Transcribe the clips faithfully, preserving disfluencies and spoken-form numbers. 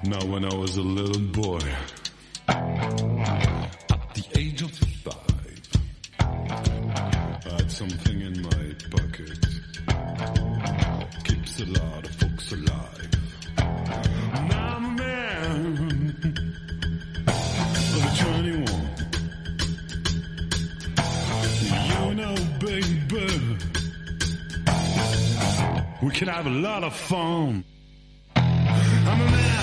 Now when I was a little boy, at the age of five, I had something in my pocket, keeps a lot of folks alive. Now I'm a man of twenty-one, you know baby, we can have a lot of fun. I'm a man.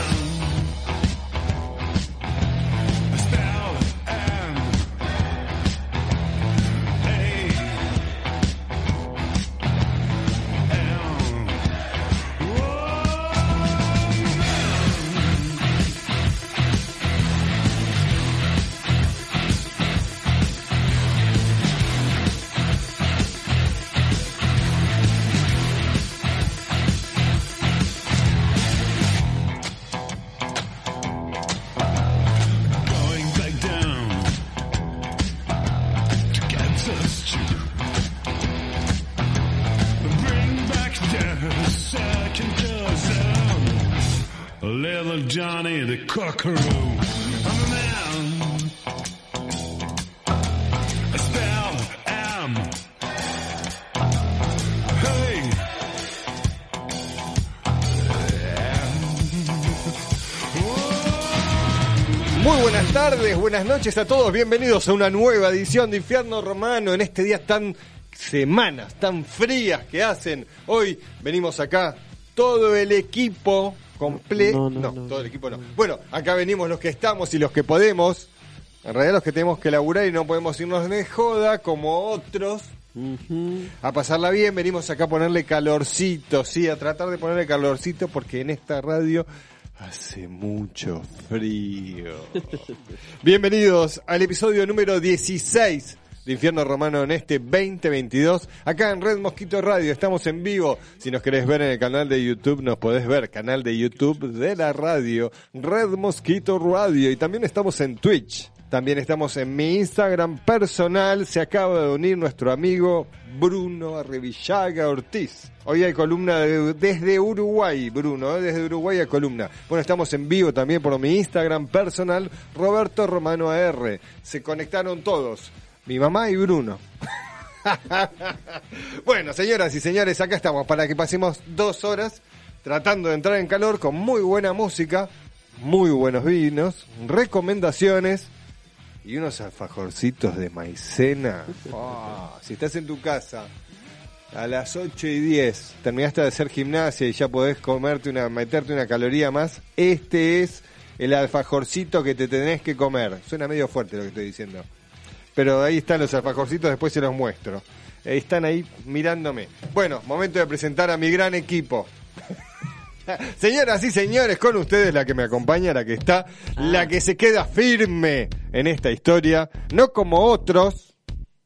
Johnny the Cockeroo. I'm a man. I spell am. Hey. Muy buenas tardes, buenas noches a todos. Bienvenidos a una nueva edición de Infierno Romano en este día tan semanas, tan frías que hacen. Hoy venimos acá todo el equipo completo. No, no, no, no, todo el equipo no. Bueno, acá venimos los que estamos y los que podemos. En realidad los que tenemos que laburar y no podemos irnos de joda como otros. Uh-huh. A pasarla bien, venimos acá a ponerle calorcito, sí, a tratar de ponerle calorcito porque en esta radio hace mucho frío. Bienvenidos al episodio número dieciséis de Infierno Romano en este veinte veintidós, acá en Red Mosquito Radio, estamos en vivo. Si nos querés ver en el canal de YouTube, nos podés ver, canal de YouTube de la radio, Red Mosquito Radio, y también estamos en Twitch, también estamos en mi Instagram personal. Se acaba de unir nuestro amigo Bruno Arrevillaga Ortiz. Hoy hay columna de, desde Uruguay, Bruno, ¿eh? Desde Uruguay hay columna. Bueno, estamos en vivo también por mi Instagram personal, Roberto Romano A R. Se conectaron todos. Mi mamá y Bruno. Bueno, señoras y señores, acá estamos para que pasemos dos horas tratando de entrar en calor con muy buena música, muy buenos vinos, recomendaciones y unos alfajorcitos de maicena. Oh, si estás en tu casa a las ocho y diez, terminaste de hacer gimnasia y ya podés comerte una, meterte una caloría más, este es el alfajorcito que te tenés que comer. Suena medio fuerte lo que estoy diciendo, pero ahí están los alfajorcitos, después se los muestro. Están ahí mirándome. Bueno, momento de presentar a mi gran equipo. Señoras y señores, con ustedes la que me acompaña, la que está, ah. la que se queda firme en esta historia, no como otros.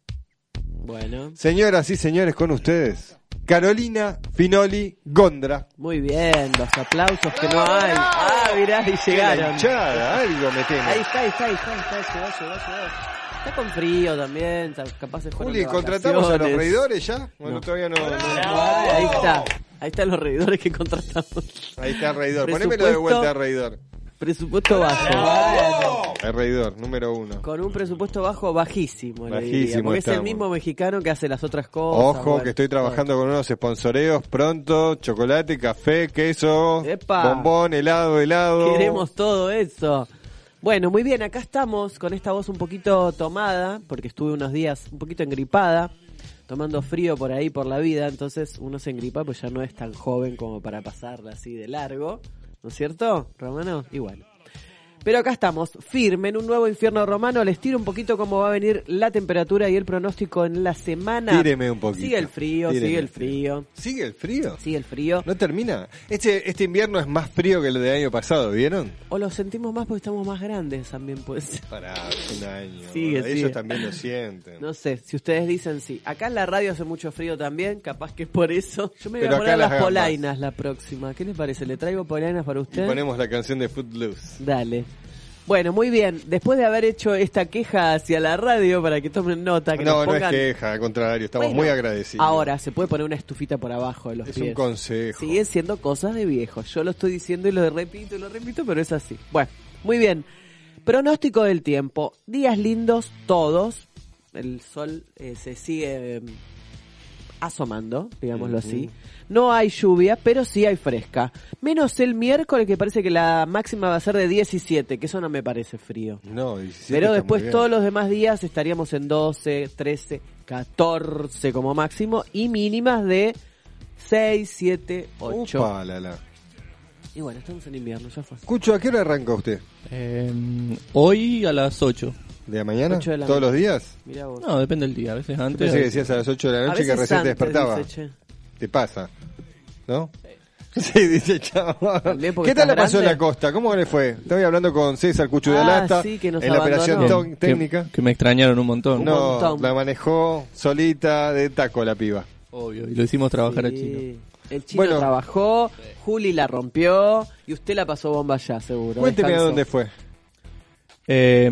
Bueno. Señoras y señores, con ustedes, Carolina Finoli Gondra. Muy bien, los aplausos que no hay. Ah, mirá, y llegaron. Hinchada, algo me teme. Ahí está, ahí está, ahí está, ahí está, llegó, llegó, llegó. Está con frío también, capaz de Juli, ¿contratamos a los reidores ya? Bueno, no. todavía no, no. Ah, ahí está, ahí están los reidores que contratamos. Ahí está el reidor, ponémelo de vuelta al reidor. Presupuesto bajo. El reidor, número uno. Con un presupuesto bajo bajísimo. Bajísimo. Porque estamos. es el mismo mexicano que hace las otras cosas. Ojo, bueno, que estoy trabajando bueno. con unos sponsoreos pronto. Chocolate, café, queso, Epa. bombón, helado, helado. Queremos todo eso. Bueno, muy bien, acá estamos con esta voz un poquito tomada, porque estuve unos días un poquito engripada, tomando frío por ahí por la vida, entonces uno se engripa pues ya no es tan joven como para pasarla así de largo, ¿no es cierto, Romano? Igual. Pero acá estamos, firme en un nuevo Infierno Romano. Les tiro un poquito cómo va a venir la temperatura y el pronóstico en la semana. Tíreme un poquito. Sigue el frío, Tíreme sigue el frío. ¿Sigue el frío? Sigue el frío. ¿No termina? Este este invierno es más frío que el del año pasado, ¿vieron? O lo sentimos más porque estamos más grandes también, pues. Para un año. Sigue, Ellos sigue. también lo sienten. No sé, si ustedes dicen sí. Acá en la radio hace mucho frío también, capaz que es por eso. Yo me voy Pero a poner acá las, las polainas la próxima. ¿Qué les parece? ¿Le traigo polainas para usted? Y ponemos la canción de Footloose. Dale. Bueno, muy bien. Después de haber hecho esta queja hacia la radio, para que tomen nota, que No, nos no pongan... es queja, al contrario, estamos Bueno, muy agradecidos. Ahora, se puede poner una estufita por abajo de los Es pies. un consejo. Siguen siendo cosas de viejos. Yo lo estoy diciendo y lo repito y lo repito, pero es así. Bueno, muy bien. Pronóstico del tiempo. Días lindos todos. El sol eh, se sigue eh, asomando, digámoslo uh-huh. así. No hay lluvia, pero sí hay fresca. Menos el miércoles, que parece que la máxima va a ser de diecisiete, que eso no me parece frío. No, diecisiete. Pero después todos los demás días estaríamos en doce, trece, catorce como máximo y mínimas de seis, siete, ocho. Upa, la, la. Y bueno, estamos en invierno, ya fue. Cucho, ¿a qué hora arranca usted? Eh, hoy a las ocho. ¿De la mañana? ocho de la ¿Todos mañana. los días? Mirá vos. No, depende del día. A veces Yo antes. pensé que decías a las ocho de la A noche que veces recién te antes, despertaba. dice, che. ¿Te pasa? ¿No? Sí, dice chaval. También porque ¿Qué tal la estás pasó en grande. la costa? ¿Cómo le fue? Estoy hablando con César Cucho de Ah, Alasta sí, que nos en la abandonó. operación que, to- técnica. Que, que me extrañaron un montón. Un No, montón. la manejó solita de taco la piba. Obvio. Y lo hicimos trabajar a Sí. Chino. El chino Bueno. trabajó, Juli la rompió y usted la pasó bomba ya, seguro. Cuénteme a Descansó. dónde fue. Eh,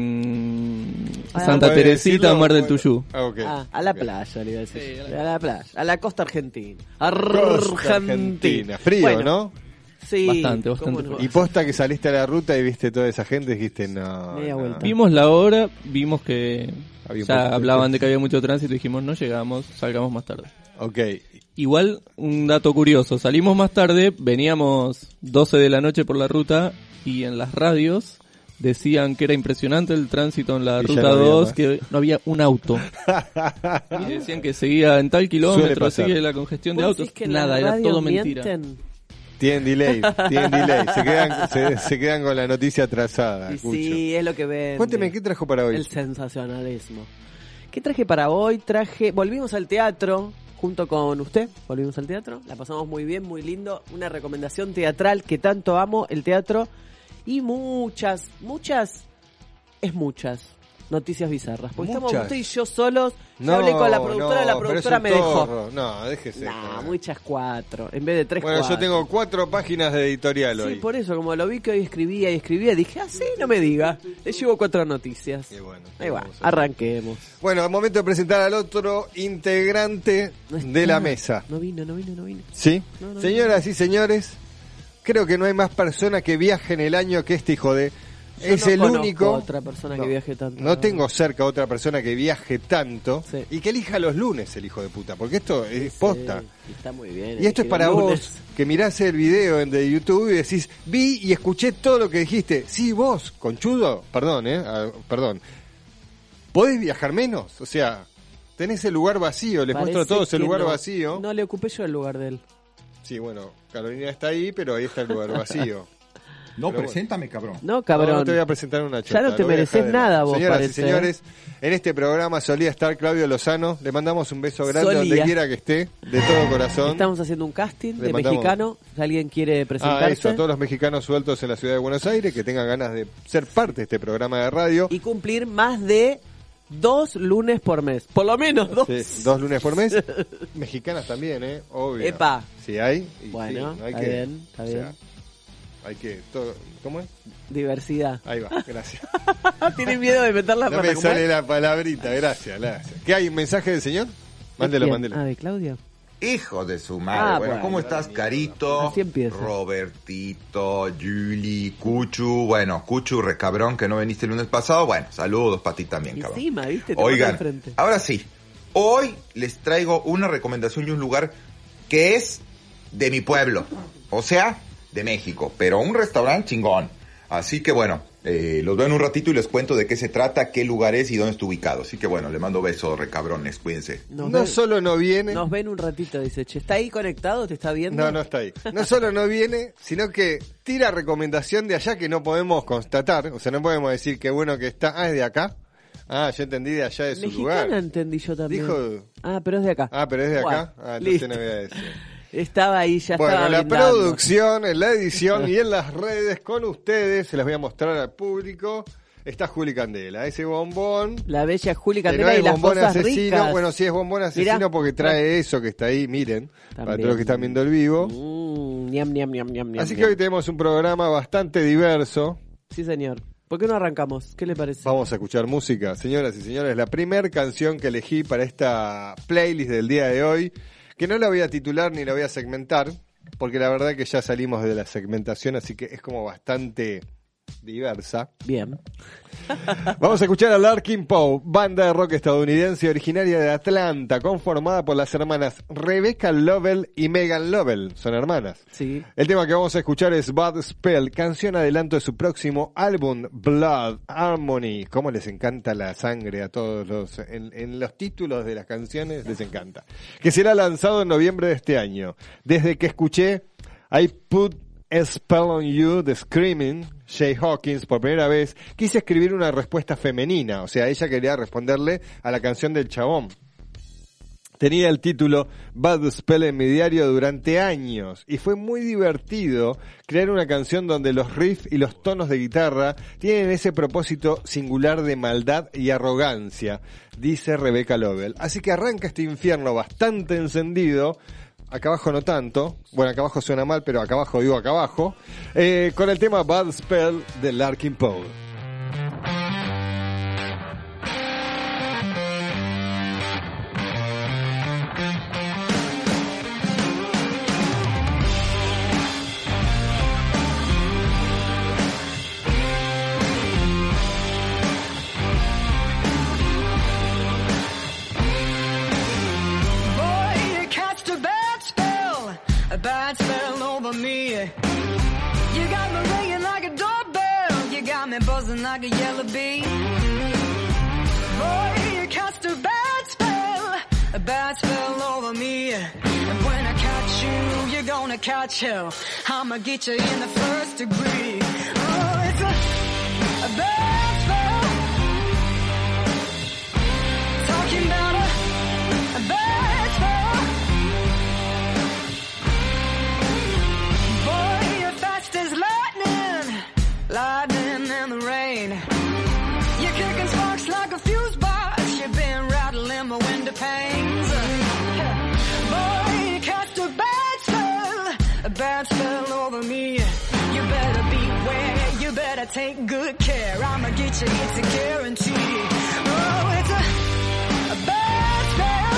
mm, Ah, Santa ¿puede Teresita, decirlo? Mar del Bueno. Tuyú. Ah, ok. Ah, a la Ok. playa, le iba a decir. Sí, a a, la la playa, a la costa argentina. Costa Argentina. Argentina. Frío, Bueno, ¿no? Sí. Bastante, bastante ¿cómo no? Y posta que saliste a la ruta y viste toda esa gente y dijiste, no. Media no. vuelta. Vimos la hora, vimos que Había un ya poco- hablaban de que había mucho tránsito y dijimos no llegamos, salgamos más tarde. Ok. Igual, un dato curioso, salimos más tarde, veníamos doce de la noche por la ruta y en las radios decían que era impresionante el tránsito en la Y ya ruta no había dos, más. que no había un auto. Y decían que seguía en tal Suele kilómetro, pasar. sigue la congestión de ¿Vos autos. decís que en Nada, la era radio todo mentira. mienten? Tienen delay, tienen delay. Se quedan, se, se quedan con la noticia atrasada. Y Cucho. sí, es lo que ven. Cuénteme, ¿qué trajo para hoy? El sensacionalismo. ¿Qué traje para hoy? Traje... Volvimos al teatro junto con usted. Volvimos al teatro. La pasamos muy bien, muy lindo. Una recomendación teatral que tanto amo, el teatro. Y muchas, muchas, es muchas noticias bizarras. Porque estamos Muchas. usted y yo solos. No, Yo hablé con la productora, no, la pero productora es un me dejó. torro. No, déjese. Nah, joder. muchas cuatro. En vez de tres, Bueno, cuatro. yo tengo cuatro páginas de editorial Sí, hoy. por eso, como lo vi que hoy escribía y escribía, dije, ah, sí, no me diga. Le llevo cuatro noticias. Y bueno, Ahí va, vamos a- arranquemos. Bueno, al momento de presentar al otro integrante No está. de la mesa. No vino, no vino, no vino. ¿Sí? No, no, Señoras y señores, creo que no hay más persona que viaje en el año que este hijo de... Yo es no el conozco único... otra persona que viaje tanto. No tengo cerca otra persona que viaje tanto Sí. y que elija los lunes el hijo de puta, porque esto es posta. Sí, y está muy bien. Y esto es elegir para el vos, lunes. que mirás el video en de YouTube y decís, vi y escuché todo lo que dijiste. Sí, vos, conchudo, perdón, eh, ah, perdón. ¿Podés viajar menos? O sea, tenés el lugar vacío, les muestro a Parece todos el que lugar no- vacío. No le ocupé yo el lugar de él. Sí, bueno, Carolina está ahí, pero ahí está el lugar vacío. No, Pero preséntame, cabrón. No, No, cabrón. no te voy a presentar una chota. Ya no te lo voy a mereces dejar de lado. nada vos, Señoras parece, y señores, en este programa solía estar Claudio Lozano. Le mandamos un beso grande Solía. donde quiera que esté, de todo corazón. Estamos haciendo un casting Le de mandamos- mexicano. Si alguien quiere presentarse. Ah, eso, a todos los mexicanos sueltos en la ciudad de Buenos Aires que tengan ganas de ser parte de este programa de radio. Y cumplir más de dos lunes por mes. Por lo menos dos. Sí, dos lunes por mes. Mexicanas también, ¿eh? Obvio. Epa. Sí, hay. y Bueno, sí, no hay está que, bien, está o sea, bien. hay que. Todo, ¿Cómo es? Diversidad. Ahí va, gracias. Tienen miedo de meter la No pata me como sale es. la palabrita, gracias, gracias. ¿Qué hay? ¿Un mensaje del señor? Mándelo, ¿De quién? mándelo. Ah, de Claudia. Hijo de su madre. Ah, bueno, bueno. ¿cómo estás, Carito? Así empieza. Robertito, Julie, Cuchu. Bueno, Cuchu, recabrón, que no viniste el lunes pasado. Bueno, saludos para ti también, cabrón. Encima, ¿viste? Te manda Oigan, de frente. ahora sí. Hoy les traigo una recomendación y un lugar que es de mi pueblo. O sea, de México. Pero un restaurante chingón. Así que bueno, eh, los veo en un ratito y les cuento de qué se trata, qué lugar es y dónde está ubicado. Así que bueno, le mando besos, recabrones, cuídense. Nos, No ven, solo no viene. nos ven un ratito, dice. Che, ¿está ahí conectado? ¿Te está viendo? No, no está ahí. No solo no viene, sino que tira recomendación de allá que no podemos constatar. O sea, no podemos decir qué bueno que está. Ah, es de acá. Ah, yo entendí de allá de su Mexicana lugar. entendí yo también. Dijo- Ah, pero es de acá. Ah, pero es de acá. Bueno, Ah, listo. entonces no voy a decir. Estaba ahí, ya Bueno, estaba la brindando. producción, en la edición y en las redes con ustedes, se las voy a mostrar al público. Está Juli Candela, ese bombón. La bella Juli Que no Candela hay y las bombón cosas asesino. ricas. Bueno, sí es bombón asesino Mirá. porque trae eso que está ahí, miren. Para También. todos los que están viendo el vivo. Mm, ñam, ñam, ñam, ñam, Así ñam, que hoy ñam. tenemos un programa bastante diverso. Sí, señor. ¿Por qué no arrancamos? ¿Qué le parece? Vamos a escuchar música. Señoras y señores, la primera canción que elegí para esta playlist del día de hoy, que no la voy a titular ni la voy a segmentar, porque la verdad que ya salimos de la segmentación, así que es como bastante diversa. Bien. Vamos a escuchar a Larkin Poe, banda de rock estadounidense originaria de Atlanta, conformada por las hermanas Rebecca Lovell y Megan Lovell. Son hermanas. Sí. El tema que vamos a escuchar es Bad Spell, canción adelanto de su próximo álbum Blood Harmony. Cómo les encanta la sangre a todos los... En, en los títulos de las canciones les encanta. Que será lanzado en noviembre de este año. Desde que escuché I Put a Spell on You de Screaming, Jay Hawkins, por primera vez, quise escribir una respuesta femenina, o sea, ella quería responderle a la canción del chabón. Tenía el título Bad Spell en mi diario durante años y fue muy divertido crear una canción donde los riffs y los tonos de guitarra tienen ese propósito singular de maldad y arrogancia, dice Rebecca Lovell. Así que arranca este infierno bastante encendido. Acá abajo no tanto, bueno, acá abajo suena mal, pero acá abajo digo acá abajo, eh, con el tema Bad Spell de Larkin Poe. Bad spell over me. You got me ringing like a doorbell. You got me buzzing like a yellow bee. Boy, you cast a bad spell, a bad spell over me. And when I catch you, you're gonna catch hell. I'ma get you in the first degree. Oh, it's a, a bad spell. Talking about a, a bad spell. Lightning and the rain. You're kicking sparks like a fuse box. You've been rattling my window panes. Boy, you cast a bad spell, a bad spell over me. You better beware, you better take good care. I'ma get you, it's a guarantee. Oh, it's a, a bad spell.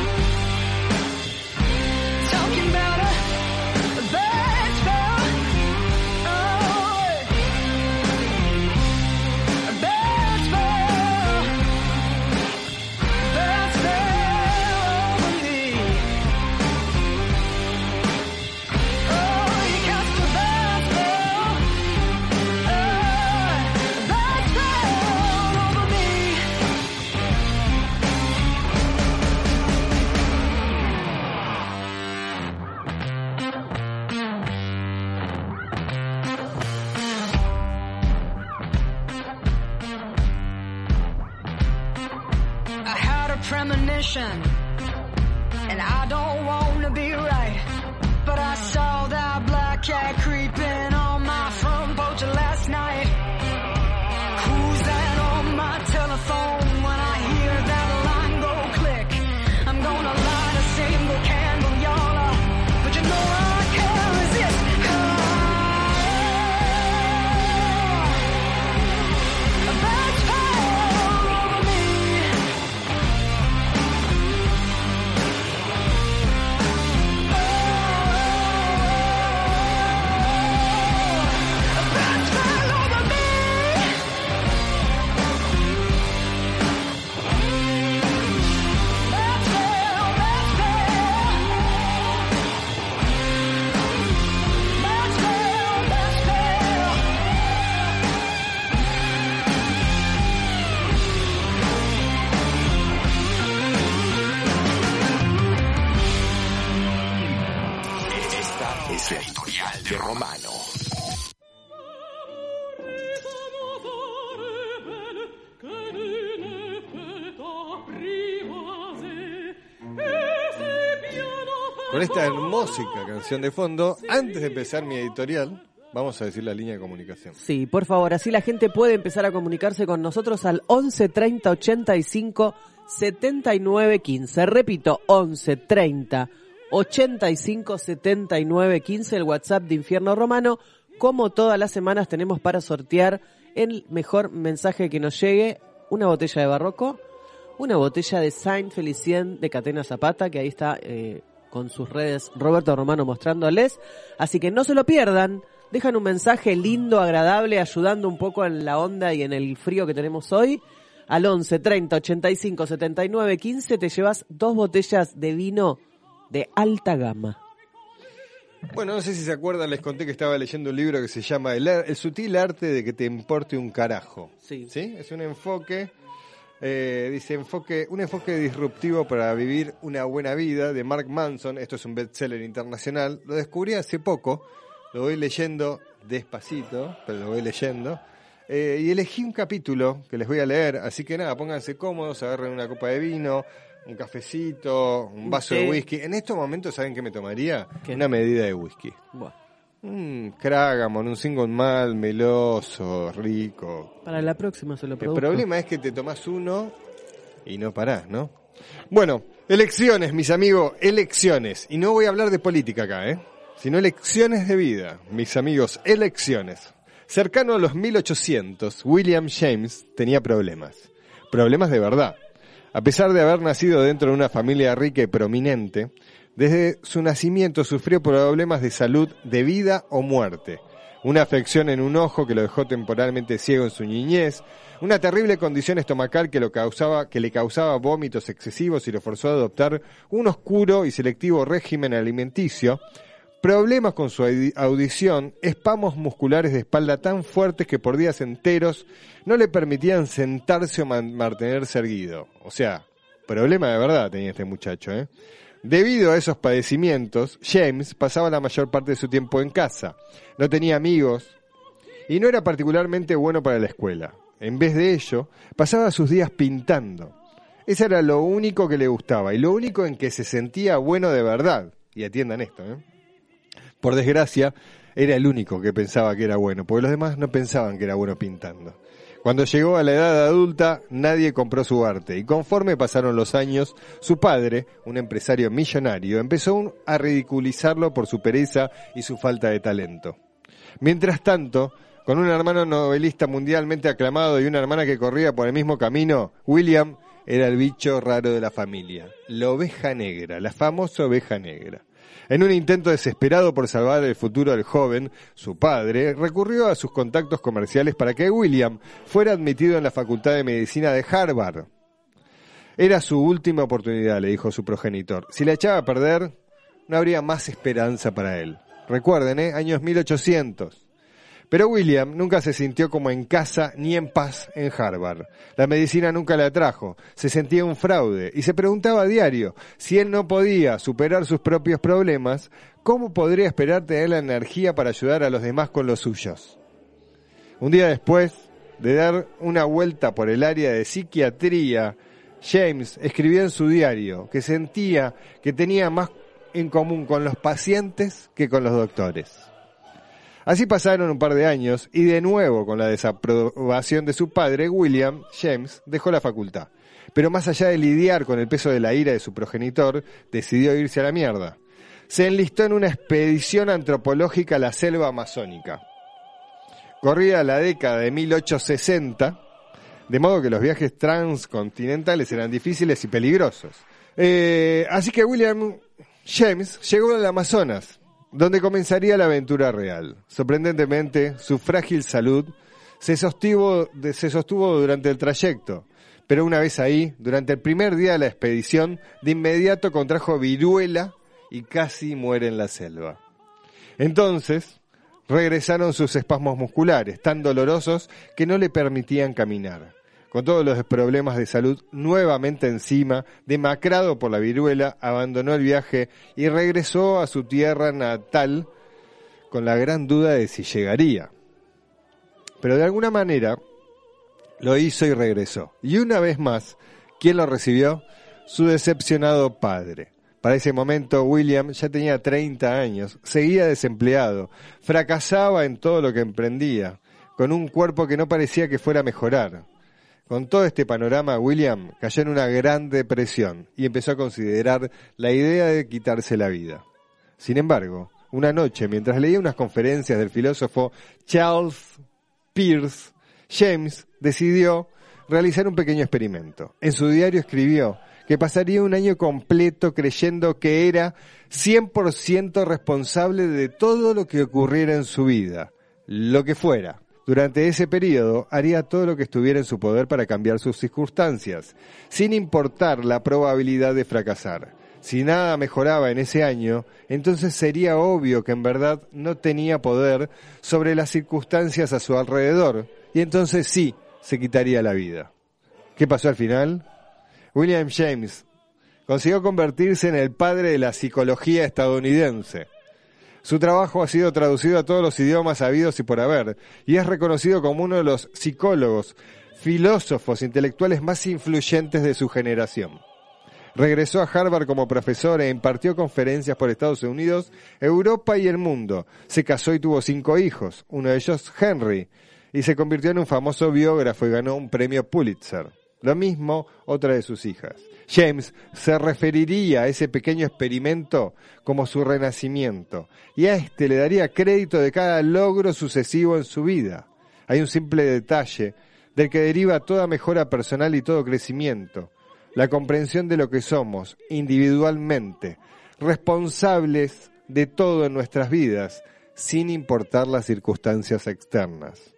Talking about a, a bad spell. Premonition, and I don't want to be right, but I saw that black cat creeping on my front porch last night. Who's that on my telephone? When I hear that line go click, I'm gonna light a single candle, y'all, but you know I can't resist. Oh, a bad spell over me. Es la editorial de Romano. Con esta hermosa canción de fondo, antes de empezar mi editorial, vamos a decir la línea de comunicación. Sí, por favor, así la gente puede empezar a comunicarse con nosotros al once treinta ochenta y cinco setenta y nueve quince. Repito, once treinta ochenta y cinco setenta y nueve quince, el WhatsApp de Infierno Romano. Como todas las semanas tenemos para sortear el mejor mensaje que nos llegue, una botella de Barroco, una botella de Saint Felicien de Catena Zapata, que ahí está eh, con sus redes Roberto Romano mostrándoles. Así que no se lo pierdan, dejan un mensaje lindo, agradable, ayudando un poco en la onda y en el frío que tenemos hoy. Al once, treinta, ochenta y cinco, setenta y nueve, quince te llevas dos botellas de vino de alta gama. Bueno, no sé si se acuerdan, les conté que estaba leyendo un libro que se llama El, el sutil arte de que te importe un carajo. Sí. ¿Sí? Es un enfoque, eh, dice enfoque, un enfoque disruptivo para vivir una buena vida, de Mark Manson. Esto es un bestseller internacional. Lo descubrí hace poco, lo voy leyendo despacito, pero lo voy leyendo. Eh, y elegí un capítulo que les voy a leer, así que nada, pónganse cómodos, agarren una copa de vino, un cafecito, un vaso ¿Qué? de whisky. En estos momentos, ¿saben qué me tomaría? ¿Qué? Una medida de whisky. Bueno, Un Kragamon, un single malt, meloso, rico. para la próxima se lo El produzco. problema es que te tomás uno y no parás, ¿no? Bueno, elecciones, mis amigos, elecciones. Y no voy a hablar de política acá, ¿eh? Sino elecciones de vida, mis amigos, elecciones. Cercano a los mil ochocientos, William James tenía problemas. Problemas de verdad. A pesar de haber nacido dentro de una familia rica y prominente, desde su nacimiento sufrió problemas de salud de vida o muerte. Una afección en un ojo que lo dejó temporalmente ciego en su niñez, una terrible condición estomacal que, lo causaba, que le causaba vómitos excesivos y lo forzó a adoptar un oscuro y selectivo régimen alimenticio, problemas con su audición, espasmos musculares de espalda tan fuertes que por días enteros no le permitían sentarse o man- mantenerse erguido. O sea, problema de verdad tenía este muchacho, ¿eh? Debido a esos padecimientos, James pasaba la mayor parte de su tiempo en casa. No tenía amigos y no era particularmente bueno para la escuela. En vez de ello, pasaba sus días pintando. Eso era lo único que le gustaba y lo único en que se sentía bueno de verdad. Y atiendan esto, ¿eh? Por desgracia, era el único que pensaba que era bueno, porque los demás no pensaban que era bueno pintando. Cuando llegó a la edad adulta, nadie compró su arte, y conforme pasaron los años, su padre, un empresario millonario, empezó a ridiculizarlo por su pereza y su falta de talento. Mientras tanto, con un hermano novelista mundialmente aclamado y una hermana que corría por el mismo camino, William era el bicho raro de la familia, la oveja negra, la famosa oveja negra. En un intento desesperado por salvar el futuro del joven, su padre recurrió a sus contactos comerciales para que William fuera admitido en la Facultad de Medicina de Harvard. Era su última oportunidad, le dijo su progenitor. Si la echaba a perder, no habría más esperanza para él. Recuerden, ¿eh? Años mil ochocientos. Pero William nunca se sintió como en casa ni en paz en Harvard. La medicina nunca le atrajo, se sentía un fraude y se preguntaba a diario, si él no podía superar sus propios problemas, ¿cómo podría esperar tener la energía para ayudar a los demás con los suyos? Un día después de dar una vuelta por el área de psiquiatría, James escribió en su diario que sentía que tenía más en común con los pacientes que con los doctores. Así pasaron un par de años y de nuevo con la desaprobación de su padre, William James dejó la facultad. Pero más allá de lidiar con el peso de la ira de su progenitor, decidió irse a la mierda. Se enlistó en una expedición antropológica a la selva amazónica. Corría la década de mil ochocientos sesenta, de modo que los viajes transcontinentales eran difíciles y peligrosos. Eh, así que William James llegó al Amazonas, donde comenzaría la aventura real. Sorprendentemente, su frágil salud se sostuvo, se sostuvo durante el trayecto, pero una vez ahí, durante el primer día de la expedición, de inmediato contrajo viruela y casi muere en la selva. Entonces, regresaron sus espasmos musculares, tan dolorosos que no le permitían caminar. Con todos los problemas de salud nuevamente encima, demacrado por la viruela, abandonó el viaje y regresó a su tierra natal con la gran duda de si llegaría. Pero de alguna manera lo hizo y regresó. Y una vez más, ¿quién lo recibió? Su decepcionado padre. Para ese momento William ya tenía treinta años, seguía desempleado, fracasaba en todo lo que emprendía, con un cuerpo que no parecía que fuera a mejorar. Con todo este panorama, William cayó en una gran depresión y empezó a considerar la idea de quitarse la vida. Sin embargo, una noche, mientras leía unas conferencias del filósofo Charles Peirce, James decidió realizar un pequeño experimento. En su diario escribió que pasaría un año completo creyendo que era cien por ciento responsable de todo lo que ocurriera en su vida, lo que fuera. Durante ese periodo haría todo lo que estuviera en su poder para cambiar sus circunstancias, sin importar la probabilidad de fracasar. Si nada mejoraba en ese año, entonces sería obvio que en verdad no tenía poder sobre las circunstancias a su alrededor, y entonces sí, se quitaría la vida. ¿Qué pasó al final? William James consiguió convertirse en el padre de la psicología estadounidense. Su trabajo ha sido traducido a todos los idiomas habidos y por haber, y es reconocido como uno de los psicólogos, filósofos, intelectuales más influyentes de su generación. Regresó a Harvard como profesor e impartió conferencias por Estados Unidos, Europa y el mundo. Se casó y tuvo cinco hijos, uno de ellos Henry, y se convirtió en un famoso biógrafo y ganó un premio Pulitzer. Lo mismo otra de sus hijas. James se referiría a ese pequeño experimento como su renacimiento, y a este le daría crédito de cada logro sucesivo en su vida. Hay un simple detalle del que deriva toda mejora personal y todo crecimiento: la comprensión de lo que somos individualmente, responsables de todo en nuestras vidas, sin importar las circunstancias externas.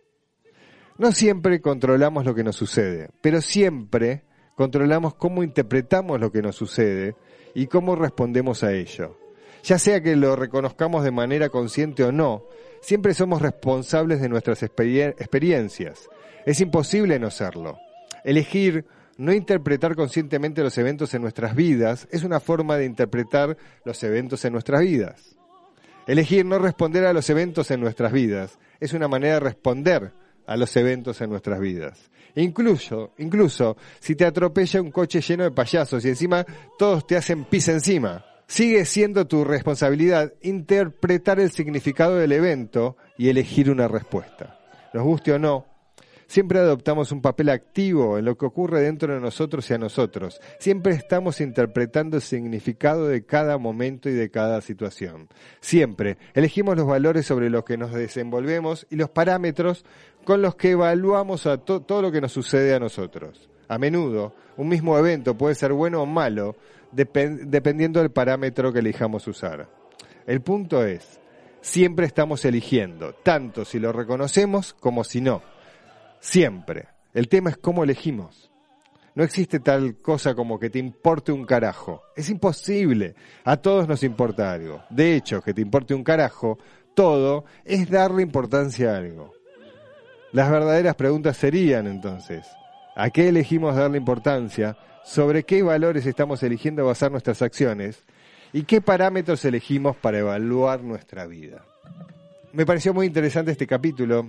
No siempre controlamos lo que nos sucede, pero siempre controlamos cómo interpretamos lo que nos sucede y cómo respondemos a ello. Ya sea que lo reconozcamos de manera consciente o no, siempre somos responsables de nuestras experien- experiencias. Es imposible no serlo. Elegir no interpretar conscientemente los eventos en nuestras vidas es una forma de interpretar los eventos en nuestras vidas. Elegir no responder a los eventos en nuestras vidas es una manera de responder a los eventos en nuestras vidas. Incluso, incluso si te atropella un coche lleno de payasos y encima todos te hacen pis encima, sigue siendo tu responsabilidad interpretar el significado del evento y elegir una respuesta. Nos guste o no, siempre adoptamos un papel activo en lo que ocurre dentro de nosotros y a nosotros. Siempre estamos interpretando el significado de cada momento y de cada situación. Siempre elegimos los valores sobre los que nos desenvolvemos y los parámetros con los que evaluamos a to- todo lo que nos sucede a nosotros. A menudo, un mismo evento puede ser bueno o malo, dep- dependiendo del parámetro que elijamos usar. El punto es, siempre estamos eligiendo, tanto si lo reconocemos como si no. Siempre. El tema es cómo elegimos. No existe tal cosa como que te importe un carajo. Es imposible. A todos nos importa algo. De hecho, que te importe un carajo, todo es darle importancia a algo. Las verdaderas preguntas serían, entonces, ¿a qué elegimos darle importancia? ¿Sobre qué valores estamos eligiendo basar nuestras acciones? ¿Y qué parámetros elegimos para evaluar nuestra vida? Me pareció muy interesante este capítulo.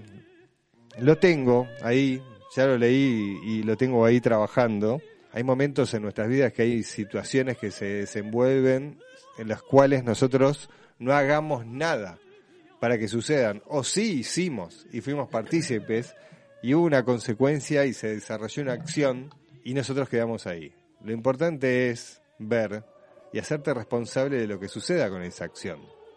Lo tengo ahí, ya lo leí y lo tengo ahí trabajando. Hay momentos en nuestras vidas que hay situaciones que se desenvuelven en las cuales nosotros no hagamos nada para que sucedan. O sí hicimos y fuimos partícipes y hubo una consecuencia y se desarrolló una acción y nosotros quedamos ahí. Lo importante es ver y hacerte responsable de lo que suceda con esa acción,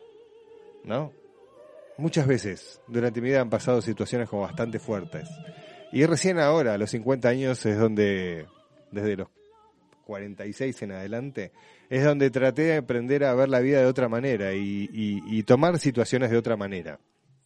¿no? Muchas veces durante mi vida han pasado situaciones como bastante fuertes. Y recién ahora, a los cincuenta años, es donde, desde los cuarenta y seis en adelante, es donde traté de aprender a ver la vida de otra manera y, y, y tomar situaciones de otra manera.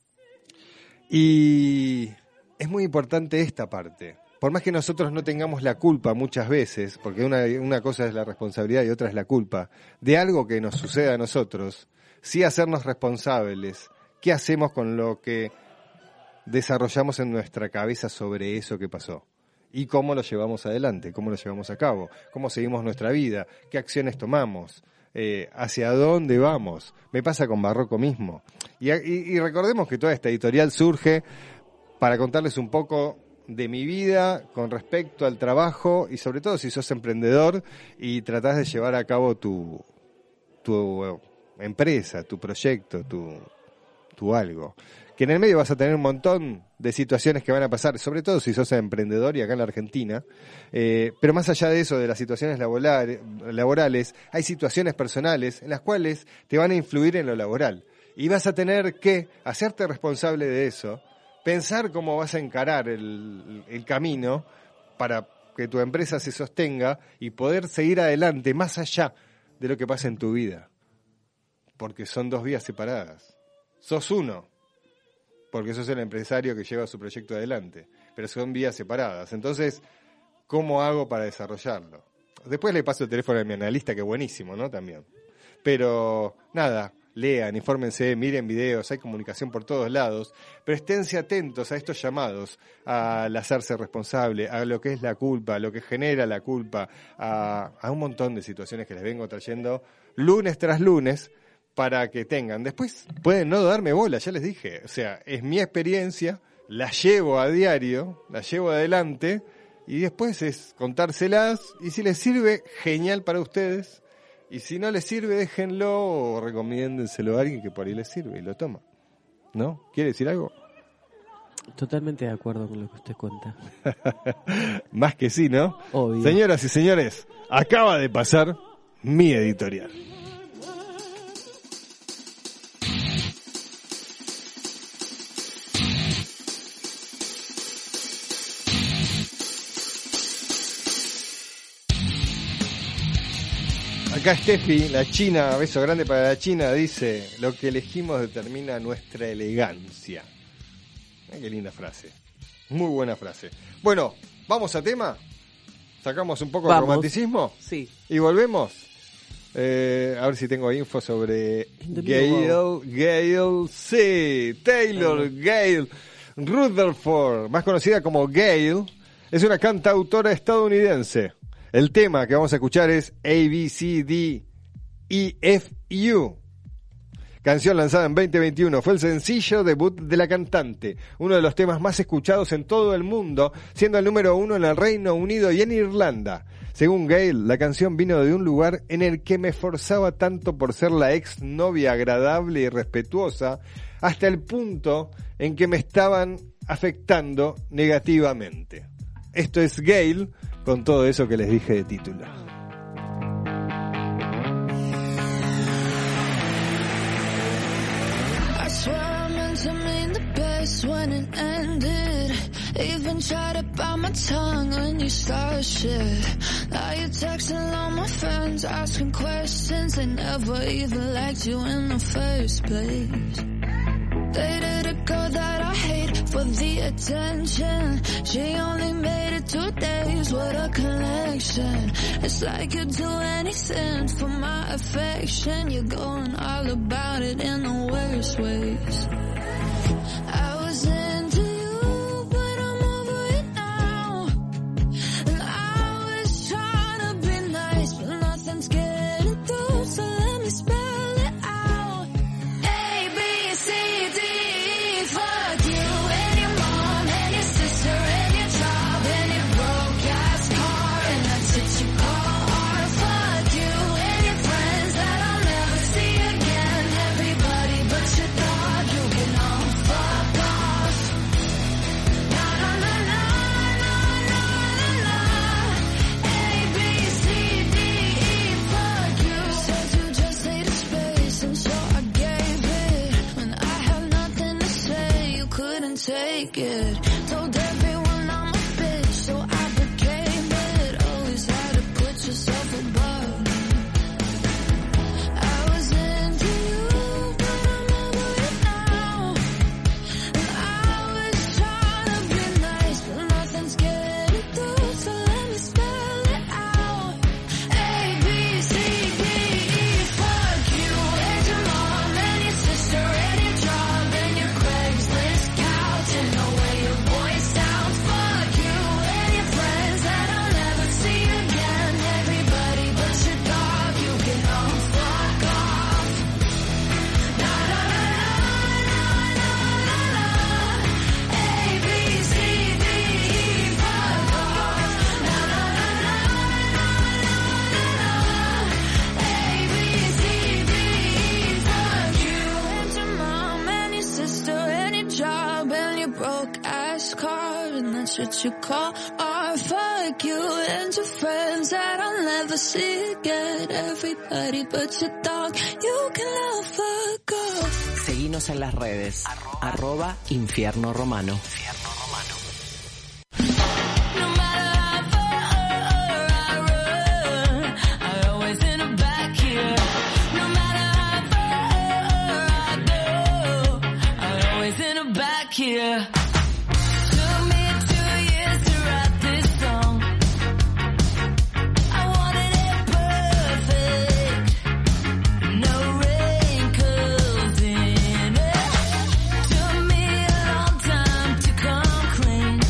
Y es muy importante esta parte. Por más que nosotros no tengamos la culpa muchas veces, porque una, una cosa es la responsabilidad y otra es la culpa, de algo que nos suceda a nosotros, sí hacernos responsables. ¿Qué hacemos con lo que desarrollamos en nuestra cabeza sobre eso que pasó? ¿Y cómo lo llevamos adelante? ¿Cómo lo llevamos a cabo? ¿Cómo seguimos nuestra vida? ¿Qué acciones tomamos? Eh, ¿Hacia dónde vamos? Me pasa con Barroco mismo. Y, y, y recordemos que toda esta editorial surge para contarles un poco de mi vida con respecto al trabajo y sobre todo si sos emprendedor y tratás de llevar a cabo tu, tu empresa, tu proyecto, tu... tu algo, que en el medio vas a tener un montón de situaciones que van a pasar, sobre todo si sos emprendedor y acá en la Argentina, eh, pero más allá de eso, de las situaciones laborales, laborales, hay situaciones personales en las cuales te van a influir en lo laboral, y vas a tener que hacerte responsable de eso, pensar cómo vas a encarar el, el camino para que tu empresa se sostenga y poder seguir adelante más allá de lo que pasa en tu vida. Porque son dos vías separadas. Sos uno, porque sos el empresario que lleva su proyecto adelante, pero son vías separadas. Entonces, ¿cómo hago para desarrollarlo? Después le paso el teléfono a mi analista, que es buenísimo, ¿no? También. Pero, nada, lean, infórmense, miren videos, hay comunicación por todos lados, pero esténse atentos a estos llamados, al hacerse responsable, a lo que es la culpa, a lo que genera la culpa, a, a un montón de situaciones que les vengo trayendo lunes tras lunes, para que tengan. Después pueden no darme bola, ya les dije. O sea, es mi experiencia, la llevo a diario, la llevo adelante, y después es contárselas, y si les sirve, genial para ustedes. Y si no les sirve, déjenlo o recomiéndenselo a alguien que por ahí les sirve y lo toma. ¿No? ¿Quiere decir algo? Totalmente de acuerdo con lo que usted cuenta. Más que sí, ¿no? Obvio. Señoras y señores, acaba de pasar mi editorial. Acá Steffi, la China, beso grande para la China, dice: lo que elegimos determina nuestra elegancia. Ay, qué linda frase. Muy buena frase. Bueno, ¿vamos a tema? ¿Sacamos un poco Vamos. de romanticismo? Sí. ¿Y volvemos? Eh, a ver si tengo info sobre The Gail, Gail, sí, Taylor Gail Rutherford, más conocida como Gail, es una cantautora estadounidense. El tema que vamos a escuchar es A, B, C, D, E, F, U. Canción lanzada en veinte veintiuno. Fue el sencillo debut de la cantante. Uno de los temas más escuchados en todo el mundo, siendo el número uno en el Reino Unido y en Irlanda. Según Gail, la canción vino de un lugar en el que me esforzaba tanto por ser la ex novia agradable y respetuosa, hasta el punto en que me estaban afectando negativamente. Esto es Gail, con todo eso que les dije de título. I swear I meant to mean the best when it ended. Even tried to bite my tongue when you started shit. Now you're texting all my friends, asking questions. They never even liked you in the first place. Dated a girl that I hate for the attention. She only made it two days, what a connection. It's like you'd do anything for my affection. You're going all about it in the worst ways. I was into you, but I'm over it now. And I was trying to be nice, but nothing's getting through, so let me spell it out. A, B, C, D, E, fuck you and your mom and your sister and your job and your broke ass car, and that's what you call art. Fuck you and your friends that I'll never see again. Everybody but your dog, you can all fuck off. Na na na na na na na na. A, B, C, D, E, fuck you. Said you just needed space, and so I gave it. When I had nothing to say, you couldn't take it. Told everyone I'm a bitch, so I became it. Always had to put yourself above me. I was into you, but I'm over it now. And I was trying to be nice, but nothing's getting through, so let me spell it out. A, B, C, D, E, fuck you and your mom and your sister and your job and your Craigslist couch and the way your voice sounds. Fuck you and your friends that I'll never see again. Everybody but your dog, you can all fuck off. Na na na na na na na. A, B, C, D, E, fuck off. Na na na na na na na. A, B, C, D, E, fuck you and your mom and your sister and your job and your broke ass car, and that's what you call art. Fuck you and your friends that I'll never see again. Everybody but your dog, you can all fuck off. Seguí Seguinos en las redes. Arroba, arroba Infierno Romano. Infierno Romano. Here. Took me two years to write this song. I wanted it perfect, no wrinkles in it. Took me a long time to come clean.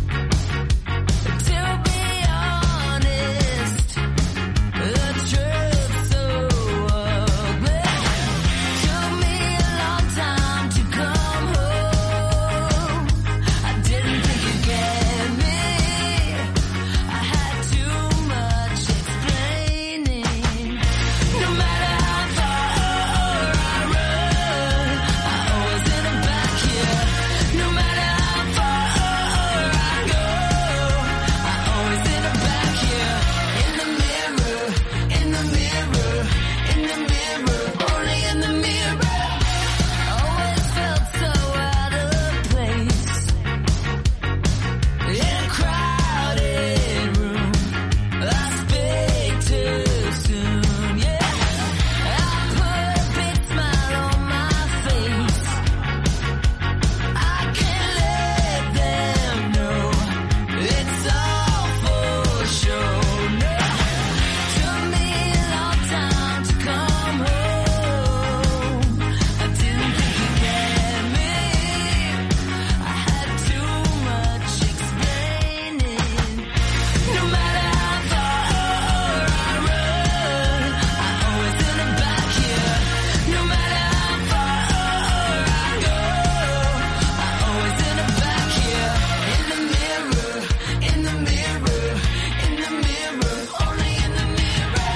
To be honest, the truth's so ugly. Took me a long time to come home. I didn't think you'd get me. I had too much explaining. No matter how far I run, I always end up back here. No matter how far I go, I always end up back here. In the mirror, in the mirror, in the mirror, only in the mirror. Always felt so out of place in a crowded room. I speak too soon, yeah. I put a big smile on my face. I can't let them know it's all for show. No, took me a long time to come home. I didn't think you'd get me. I had too much explaining. No matter how far I run, I always end up back here. No matter how far I go, I always end up back here. In the mirror, in the mirror, in the mirror, only in the mirror.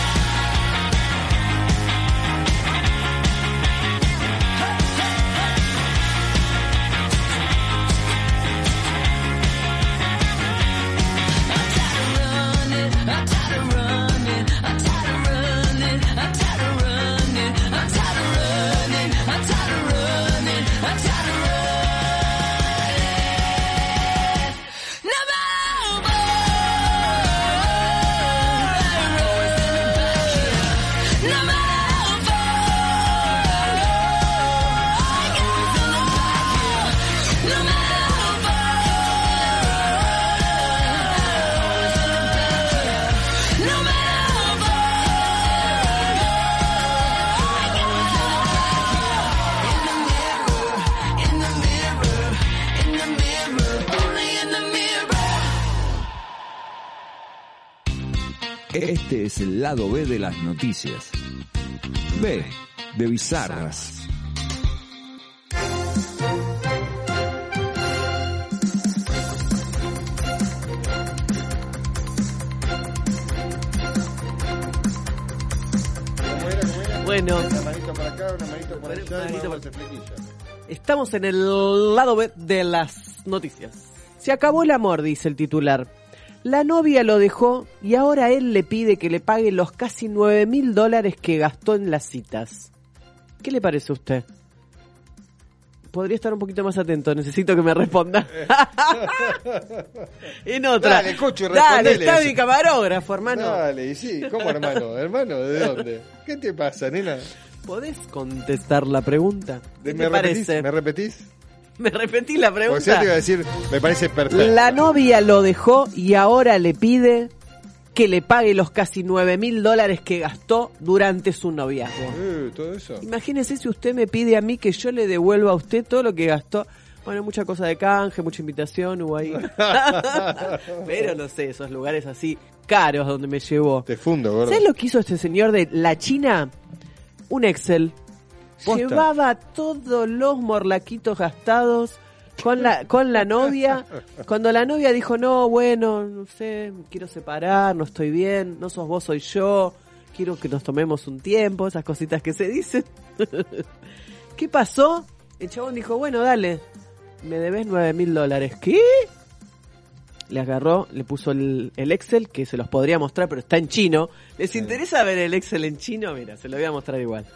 I'm tired of running, I'm tired of running, I'm tired of running, I'm tired of running, I'm tired of running, I'm tired of running, I'm tired of running. No matter how far I always end up back here. No matter how far I go, I always end up back here. No matter how far I always end up back here. No matter how far I go, I always end up back here. In the mirror, in the mirror, in the mirror, only in the mirror. Este es el lado B de las noticias. B de bizarras. Bueno, Una manito para acá, una manito para allá, Una y manito vamos para- de flequilla. estamos en el lado B de las noticias. Se acabó el amor, dice el titular. La novia lo dejó y ahora él le pide que le pague los casi nueve mil dólares que gastó en las citas. ¿Qué le parece a usted? Podría estar un poquito más atento, necesito que me responda. En otra. Dale, Cucho, Dale, respondele está eso. mi camarógrafo, hermano. Dale, y sí, ¿cómo hermano? ¿Hermano de dónde? ¿Qué te pasa, nena? ¿Podés contestar la pregunta? ¿Qué ¿Me te repetís? parece? ¿Me repetís? ¿Me repetís la Porque si yo te iba pregunta? a decir, me parece perfecto. La novia lo dejó y ahora le pide que le pague los casi nueve mil dólares que gastó durante su noviazgo. Eh, todo eso. Imagínese si usted me pide a mí que yo le devuelva a usted todo lo que gastó. Bueno, mucha cosa de canje, mucha invitación hubo ahí. Pero no sé, esos lugares así caros donde me llevó. Te fundo, gordo. ¿Sabes lo que hizo este señor de la China? Un Excel. Posta. Llevaba todos los morlaquitos gastados con la con la novia. Cuando la novia dijo, no, bueno, no sé, me quiero separar, no estoy bien, no sos vos, soy yo, quiero que nos tomemos un tiempo, esas cositas que se dicen. ¿Qué pasó? El chabón dijo, bueno, dale, me debes nueve mil dólares. ¿Qué? Le agarró, le puso el, el Excel, que se los podría mostrar, pero está en chino. ¿Les interesa ver el Excel en chino? Mira, se lo voy a mostrar igual.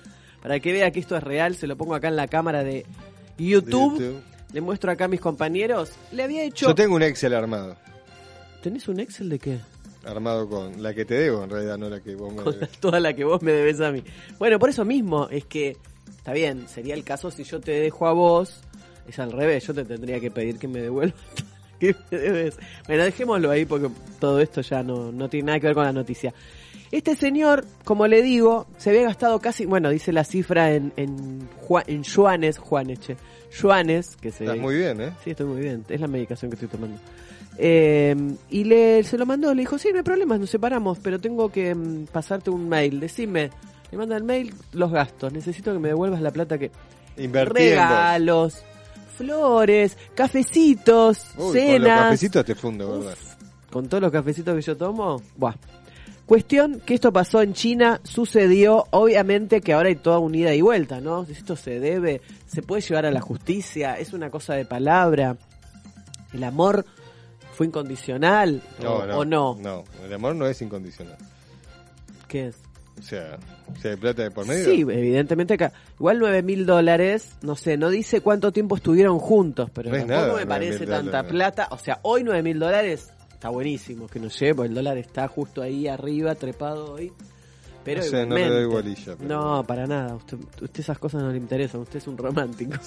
Para que vea que esto es real, se lo pongo acá en la cámara de YouTube. De YouTube. Le muestro acá a mis compañeros. Le había hecho... Yo tengo un Excel armado. ¿Tenés un Excel de qué? Armado con la que te debo, en realidad, no la que vos me Con debes. toda la que vos me debes a mí. Bueno, por eso mismo, es que, está bien, sería el caso si yo te dejo a vos, es al revés, yo te tendría que pedir que me devuelvas que me debes. Bueno, dejémoslo ahí porque todo esto ya no, no tiene nada que ver con la noticia. Este señor, como le digo, se había gastado casi, bueno, dice la cifra en en, Juan, en yuanes, Juanes, che, yuanes, que se... Estás muy bien, ¿eh? Sí, estoy muy bien, es la medicación que estoy tomando. Eh, y le se lo mandó, le dijo, sí, no hay problema, nos separamos, pero tengo que mm, pasarte un mail, decime, le manda el mail, los gastos, necesito que me devuelvas la plata que... Invertí en vos. Regalos, flores, cafecitos, Uy, cenas... con los cafecitos te fundo, ¿verdad? Con todos los cafecitos que yo tomo, buah. Cuestión que esto pasó en China, sucedió, obviamente que ahora hay toda una ida y vuelta, ¿no? Esto se debe, se puede llevar a la justicia, es una cosa de palabra, el amor fue incondicional No, o, no, o no, no, el amor no es incondicional. ¿qué es? O sea, si hay plata de por medio. Sí, evidentemente acá, igual nueve mil dólares, no sé, no dice cuánto tiempo estuvieron juntos, pero No es tampoco nada, me parece nueve mil tanta dólares. plata, o sea, hoy nueve mil dólares está buenísimo que nos lleve, porque el dólar está justo ahí arriba, trepado hoy. Pero No sé, no le igualmente, doy bolilla, pero- No, para nada. Usted, usted esas cosas no le interesan. Usted es un romántico.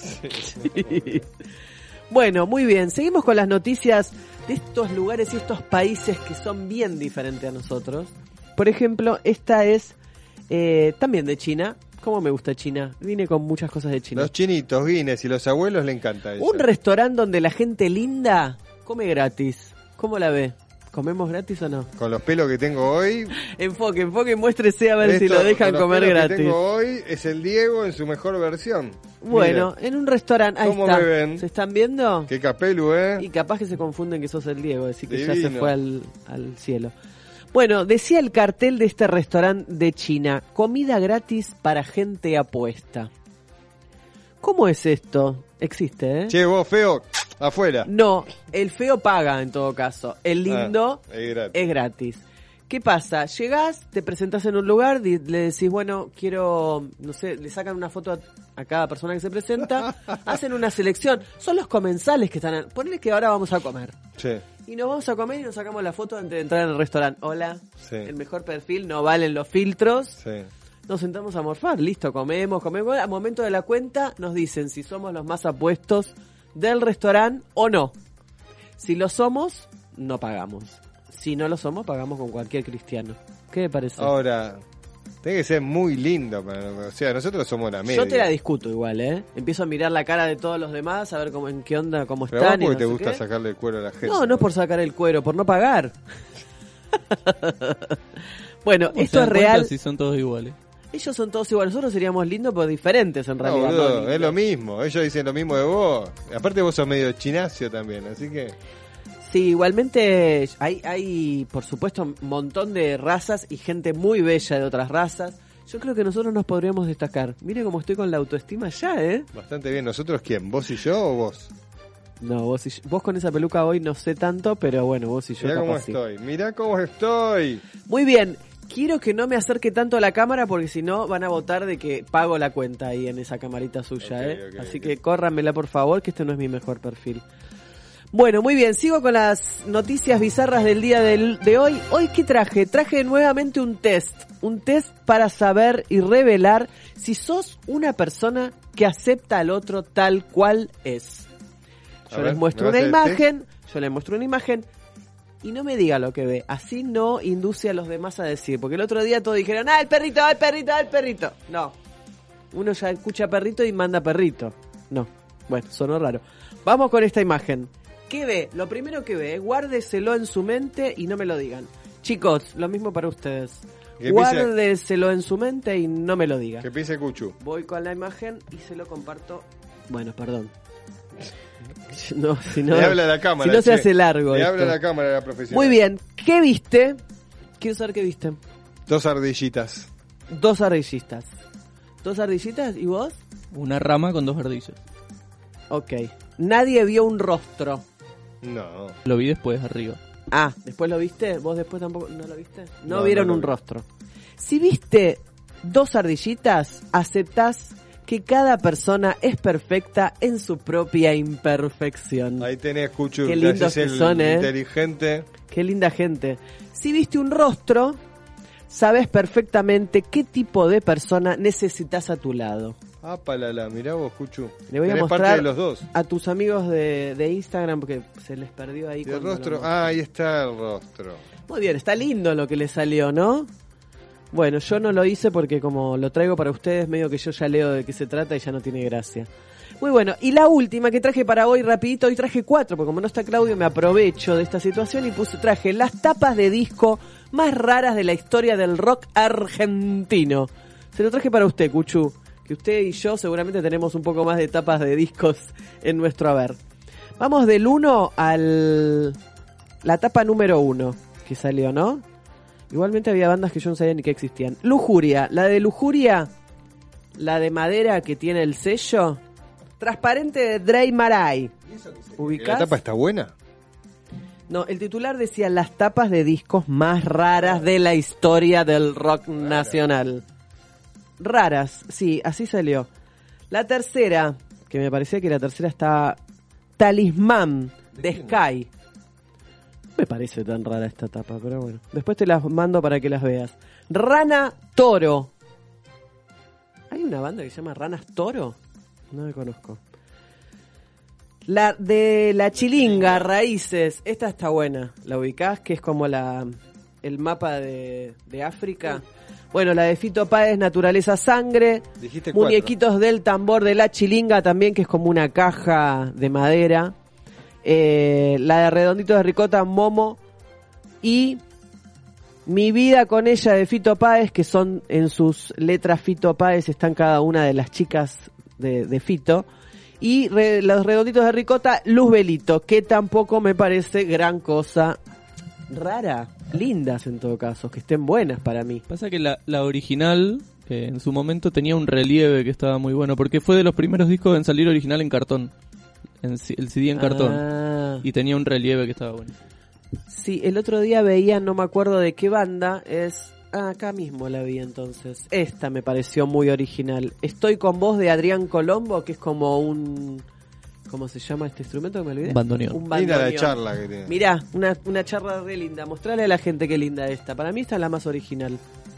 Sí. Bueno, muy bien. Seguimos con las noticias de estos lugares y estos países que son bien diferentes a nosotros. Por ejemplo, esta es eh, también de China. ¿Cómo me gusta China? Vine con muchas cosas de China. Los chinitos, Guinness y los abuelos le encanta eso. Un restaurante donde la gente linda come gratis. ¿Cómo la ve? ¿Comemos gratis o no? Con los pelos que tengo hoy. Enfoque, enfoque, muéstrese a ver si esto, lo dejan con los comer pelos gratis. que tengo hoy es el Diego en su mejor versión. Bueno, Mira, en un restaurante, ahí ¿cómo está. me ven? ¿Se están viendo? qué capelu, ¿eh? Y capaz que se confunden que sos el Diego, así que ya se Divino. fue al, al cielo. Bueno, decía el cartel de este restaurante de China, comida gratis para gente apuesta. ¿Cómo es esto? Existe, ¿eh? Che, vos feo, afuera. No, el feo paga en todo caso. El lindo Ah, es gratis. es gratis. ¿Qué pasa? Llegás, te presentás en un lugar, di- le decís, bueno, quiero, no sé, le sacan una foto a, a cada persona que se presenta, hacen una selección. Son los comensales que están... Ponele que ahora vamos a comer. Sí, Y nos vamos a comer y nos sacamos la foto antes de entrar en el restaurante. Hola, sí, el mejor perfil, no valen los filtros. sí. Nos sentamos a morfar, listo, comemos, comemos. Al momento de la cuenta nos dicen si somos los más apuestos del restaurante o no. Si lo somos, no pagamos. Si no lo somos, pagamos con cualquier cristiano. ¿Qué me parece? Ahora, tiene que ser muy lindo. Para, o sea, nosotros somos la media. Yo te la discuto igual, ¿eh? Empiezo a mirar la cara de todos los demás, a ver cómo, en qué onda, cómo Pero están. vos porque y no te sé gusta qué. sacarle el cuero a la gente. No, no es por sacar el cuero, por no pagar. Bueno, ¿Cómo se esto es dan cuenta real. si son todos iguales? Ellos son todos iguales. Nosotros seríamos lindos, pero diferentes en No, realidad. boludo, no es lindos. lo mismo. Ellos dicen lo mismo de vos. Aparte vos sos medio chinacio también, así que... Sí, igualmente hay, hay, por supuesto, un montón de razas y gente muy bella de otras razas. Yo creo que nosotros nos podríamos destacar. Mire cómo estoy con la autoestima ya, ¿eh? Bastante bien. ¿Nosotros quién? ¿Vos y yo o vos? No, vos, y yo- vos con esa peluca hoy no sé tanto, pero bueno, vos y yo Mirá cómo capaz sí. estoy. Mirá cómo estoy. Muy bien. Quiero que no me acerque tanto a la cámara porque si no van a votar de que pago la cuenta ahí en esa camarita suya, Ok, ¿eh? ok, Así ok. que córranmela por favor, que este no es mi mejor perfil. Bueno, muy bien, sigo con las noticias bizarras del día del- de hoy. ¿Hoy qué traje? Traje nuevamente un test. Un test para saber y revelar si sos una persona que acepta al otro tal cual es. A Yo ver, les muestro ¿me una vas a decir? imagen, yo les muestro una imagen y no me diga lo que ve. Así no induce a los demás a decir. Porque el otro día todos dijeron, ah, el perrito, ah, el perrito, ah, el perrito. No. Uno ya escucha perrito y manda perrito. No. Bueno, sonó raro. Vamos con esta imagen. ¿Qué ve? Lo primero que ve, guárdeselo en su mente y no me lo digan. Chicos, lo mismo para ustedes. Que Guárdeselo en su mente y no me lo digan. Que pise Cuchu. Voy con la imagen y se lo comparto. Bueno, perdón. No, si no, Le habla a la cámara. si no se che. hace largo. Le esto. habla a la cámara la profesional. Muy bien, ¿qué viste? Quiero saber qué viste. Dos ardillitas. Dos ardillitas. ¿Dos ardillitas y vos? Una rama con dos ardillas. Ok. Nadie vio un rostro. No. Lo vi después arriba. Ah, ¿después lo viste? ¿Vos después tampoco no lo viste? No, No, vieron no lo un vi. rostro. Si viste dos ardillitas, aceptás que cada persona es perfecta en su propia imperfección. Ahí tenés, Cuchu, Qué que lindos haces que el son, ¿eh? inteligente. Qué linda gente. Si viste un rostro, sabes perfectamente qué tipo de persona necesitas a tu lado. Ah, palala, mirá vos, Cuchu. Le voy a Tenés mostrar parte de los dos. a tus amigos de, de Instagram porque se les perdió ahí. ¿Y el cuando lo rostro? mostré. Ah, ahí está el rostro. Muy bien, está lindo lo que le salió, ¿no? Bueno, yo no lo hice porque como lo traigo para ustedes, medio que yo ya leo de qué se trata y ya no tiene gracia. Muy bueno, y la última que traje para hoy rapidito, hoy traje cuatro, porque como no está Claudio me aprovecho de esta situación y puse, traje las tapas de disco más raras de la historia del rock argentino. Se lo traje para usted, Cuchu, que usted y yo seguramente tenemos un poco más de tapas de discos en nuestro haber. Vamos del uno al... la tapa número uno que salió, ¿no? Igualmente había bandas que yo no sabía ni que existían. Lujuria, la de Lujuria, la de madera que tiene el sello, transparente de Dre Maray. ¿Ubicás? ¿La tapa está buena? No, el titular decía las tapas de discos más raras de la historia del rock nacional. Raras, sí, así salió. La tercera, que me parecía que la tercera estaba Talismán de Sky. Me parece tan rara esta tapa, pero bueno. Después te las mando para que las veas. Rana Toro. ¿Hay una banda que se llama Ranas Toro? No me conozco. La de La Chilinga, Raíces. Esta está buena. ¿La ubicás? Que es como la el mapa de, de África. Bueno, la de Fito Páez, Naturaleza Sangre. Dijiste Muñequitos cuatro. del Tambor de La Chilinga también, que es como una caja de madera. Eh, la de Redonditos de Ricota, Momo. Y Mi Vida con Ella de Fito Páez, que son en sus letras Fito Páez, están cada una de las chicas de, de Fito. Y re, los Redonditos de Ricota, Luz Velito, que tampoco me parece gran cosa rara. Lindas en todo caso, que estén buenas para mí. Pasa que la, la original, eh, en su momento tenía un relieve que estaba muy bueno, porque fue de los primeros discos en salir original en cartón. En, el C D en cartón. Ah. Y tenía un relieve que estaba bueno. Sí, el otro día veía, no me acuerdo de qué banda, es... Ah, acá mismo la vi entonces. Esta me pareció muy original. Estoy con vos de Adrián Colombo, que es como un... ¿Cómo se llama este instrumento que me olvidé? Un bandoneón. Un Linda bandoneón. la charla que tiene. Mirá, una, una charla re linda. Mostrale a la gente qué linda esta. Para mí esta es la más original.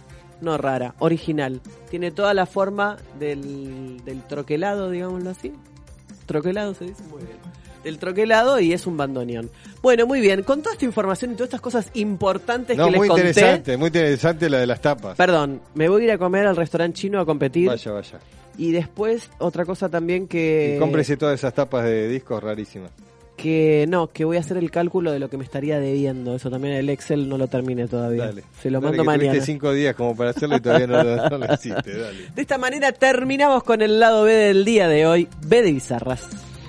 No rara, original. Tiene toda la forma del, del troquelado, digámoslo así. Troquelado se dice muy bien. Del troquelado y es un bandoneón. Bueno, muy bien. Con toda esta información y todas estas cosas importantes No, que les muy conté... interesante, muy interesante la de las tapas. Perdón, me voy a ir a comer al restaurante chino a competir. Vaya, vaya. Y después, otra cosa también que... Y cómprese todas esas tapas de discos rarísimas. Que no, que voy a hacer el cálculo de lo que me estaría debiendo. Eso también el Excel no lo terminé todavía. Dale. Se lo Dale, mando que mañana. tuviste cinco días como para hacerlo y todavía no lo, no lo hiciste, dale. De esta manera terminamos con el lado B del día de hoy. B de Bizarras.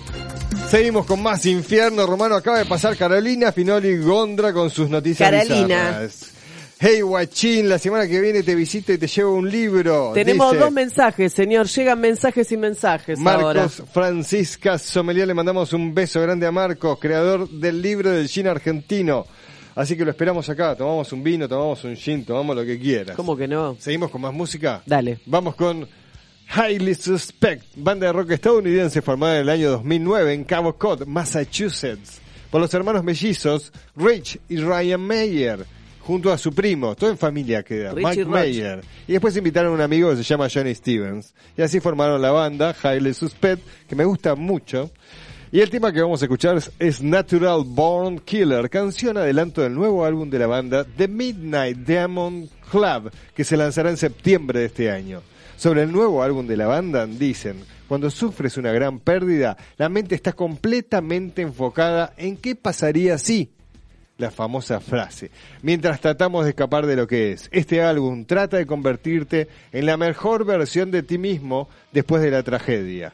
Seguimos con más Infierno Romano. Acaba de pasar Carolina Finoli Gondra con sus noticias Carolina. bizarras. Hey guachín, la semana que viene te visito y te llevo un libro. Tenemos dice dos mensajes, señor. Llegan mensajes y mensajes ahora. Marcos Francisca Sommelier, le mandamos un beso grande a Marcos, creador del libro del gin argentino. Así que lo esperamos acá, tomamos un vino, tomamos un gin, tomamos lo que quieras. ¿Cómo que no? ¿Seguimos con más música? Dale. Vamos con Highly Suspect, banda de rock estadounidense formada en el año dos mil nueve en Cabo Cod, Massachusetts, por los hermanos mellizos Rich y Ryan Mayer, junto a su primo, todo en familia queda, Rich Mike y Rich. Mayer. Y después invitaron a un amigo que se llama Johnny Stevens. Y así formaron la banda Highly Suspect, que me gusta mucho. Y el tema que vamos a escuchar es, es Natural Born Killer, canción adelanto del nuevo álbum de la banda The Midnight Demon Club, que se lanzará en septiembre de este año. Sobre el nuevo álbum de la banda dicen: cuando sufres una gran pérdida, la mente está completamente enfocada en qué pasaría si... La famosa frase. Mientras tratamos de escapar de lo que es. Este álbum trata de convertirte en la mejor versión de ti mismo después de la tragedia.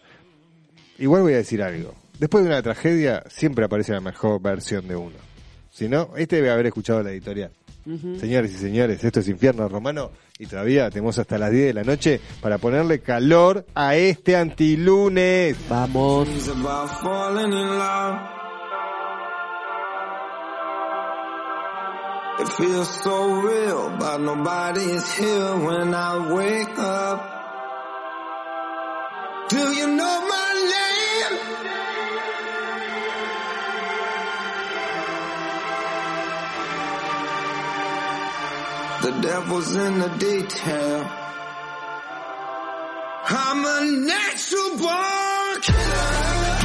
Igual voy a decir algo. Después de una tragedia siempre aparece la mejor versión de uno. Si no, este debe haber escuchado la editorial. Uh-huh. Señores y señores, esto es Infierno Romano y todavía tenemos hasta las diez de la noche para ponerle calor a este antilunes. Vamos. It feels so real, but nobody's here when I wake up. Do you know my name? The devil's in the detail. I'm a natural born killer.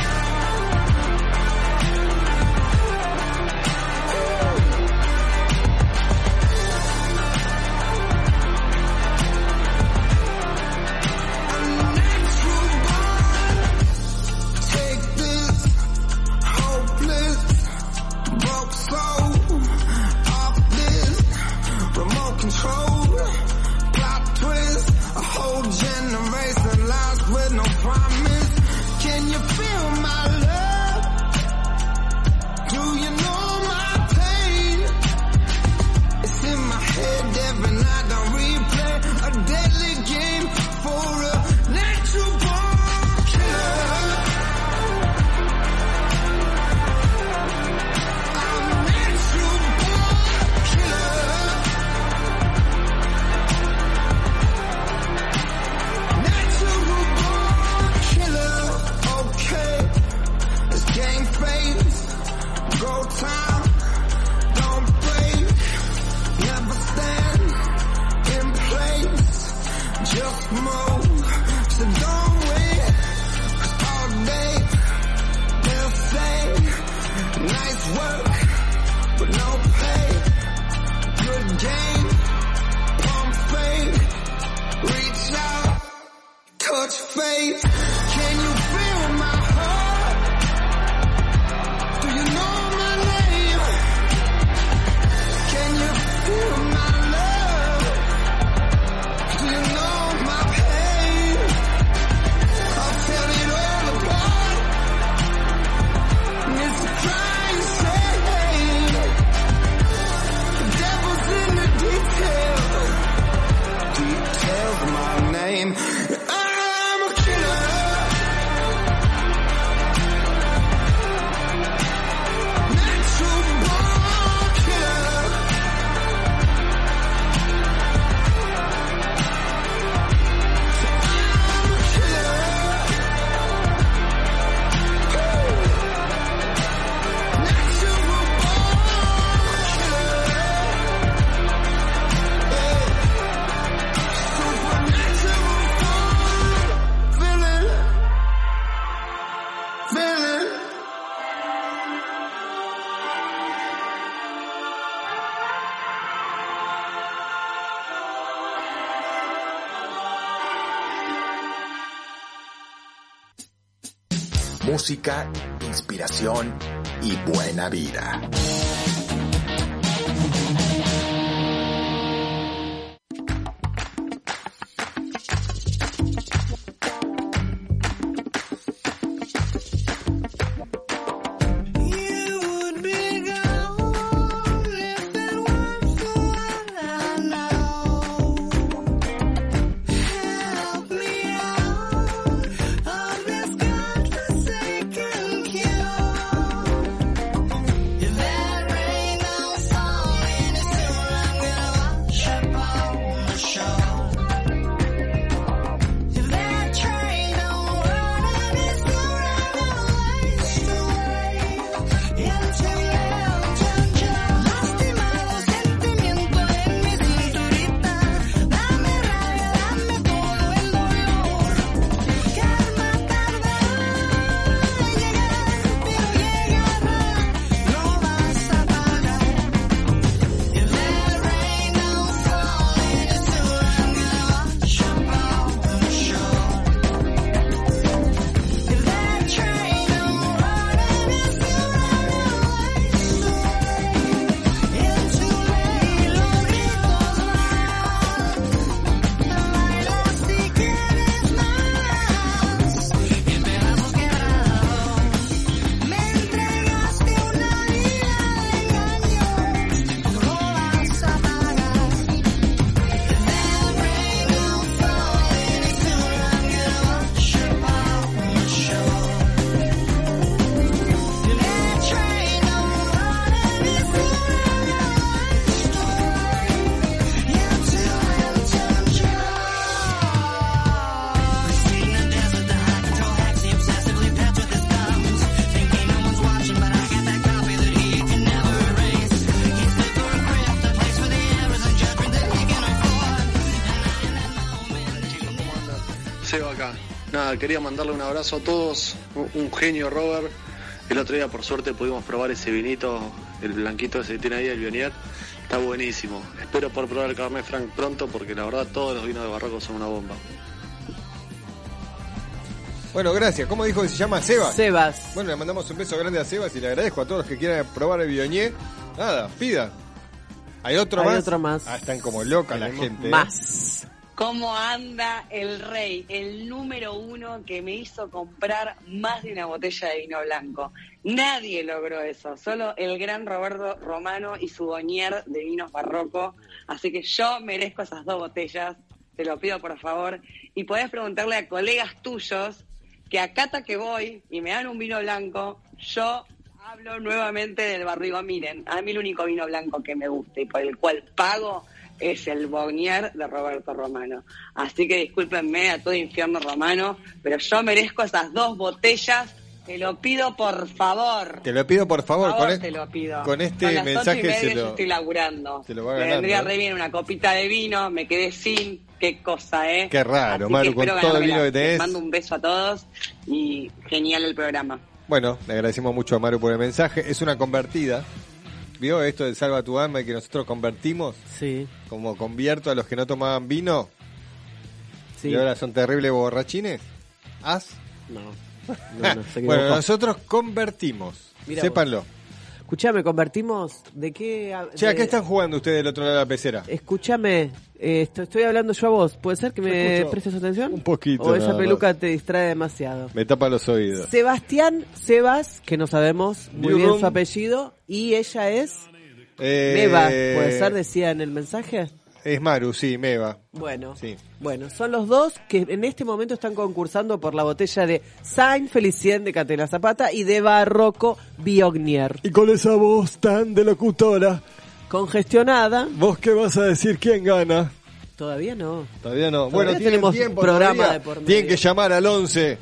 Música, inspiración y buena vida. That nada, quería mandarle un abrazo a todos, un, un genio Robert. El otro día por suerte pudimos probar ese vinito, el blanquito ese que tiene ahí, el Viognier. Está buenísimo. Espero por probar el Cabernet Franc pronto porque la verdad todos los vinos de Barroco son una bomba. Bueno, gracias. ¿Cómo dijo que se llama? Sebas. Sebas. Bueno, le mandamos un beso grande a Sebas y le agradezco a todos los que quieran probar el Viognier. Nada, pida. ¿Hay otro Hay más? otro más. Ah, están como locas la Tenemos gente. Más. ¿eh? ¿Cómo anda el rey, el número uno que me hizo comprar más de una botella de vino blanco? Nadie logró eso, solo el gran Roberto Romano y su Viognier de vinos Barroco. Así que yo merezco esas dos botellas, te lo pido por favor. Y podés preguntarle a colegas tuyos que a cata que voy y me dan un vino blanco, yo hablo nuevamente del Barrigo. Miren, a mí el único vino blanco que me gusta y por el cual pago es el Viognier de Roberto Romano. Así que discúlpenme a todo Infierno Romano, pero yo merezco esas dos botellas. Te lo pido por favor. Te lo pido por favor. Por favor, con, te lo pido. con este Son las mensaje ocho y media se yo lo, estoy laburando. se lo va Me ganando. vendría ¿eh? re bien una copita de vino, me quedé sin. Qué cosa, ¿eh? Qué raro, Así Maru, que con espero todo el vino ganármela. que tenés. Les mando un beso a todos y genial el programa. Bueno, le agradecemos mucho a Maru por el mensaje. Es una convertida. ¿Vio esto de Salva tu alma y que nosotros convertimos? Sí. Como convierto a los que no tomaban vino. Sí. Y ahora son terribles borrachines. ¿As? No. no, no se Bueno, equivocó. nosotros convertimos. Mira Sépanlo. vos. Escuchame, convertimos. ¿De qué? a- Che, ¿a de- qué están jugando ustedes del otro lado de la pecera? Escúchame, eh, esto- estoy hablando yo a vos. ¿Puede ser que Te me escucho prestes atención? un poquito ¿O esa nada peluca te distrae demasiado? Me tapa los oídos. Sebastián Sebas, que no sabemos muy New bien Room. su apellido, y ella es Eh, Meva, ¿puede ser? Decía en el mensaje. Es Maru, sí, Meva. Bueno, Sí. bueno, son los dos que en este momento están concursando por la botella de Saint Felicien de Catena Zapata y de Barroco Viognier. Y con esa voz tan de locutora, Congestionada, ¿vos qué vas a decir quién gana? todavía no. Todavía no. Todavía Bueno, tienen tenemos tiempo programa todavía. de por medio. Tienen que llamar al once.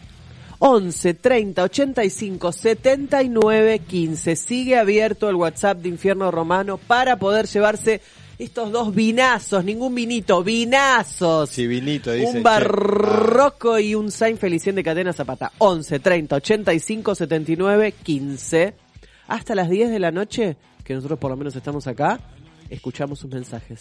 once, treinta, ochenta y cinco, setenta y nueve, quince. Sigue abierto el WhatsApp de Infierno Romano para poder llevarse estos dos vinazos, ningún vinito, vinazos. Sí, vinito, dice. Un Barroco y un Saint Felicien de Catena Zapata. once, treinta, ochenta y cinco, setenta y nueve, quince. Hasta las diez de la noche, que nosotros por lo menos estamos acá, escuchamos sus mensajes.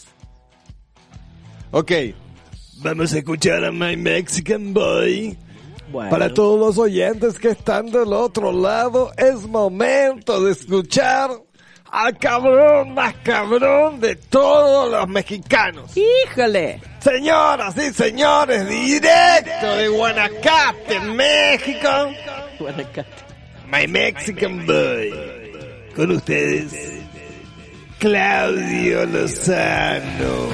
Ok. Vamos a escuchar a My Mexican Boy. Bueno. Para todos los oyentes que están del otro lado, es momento de escuchar al cabrón más cabrón de todos los mexicanos. ¡Híjole! Señoras y señores, directo de Guanacaste, México. Guanacaste. My Mexican Boy. Con ustedes, Claudio Lozano.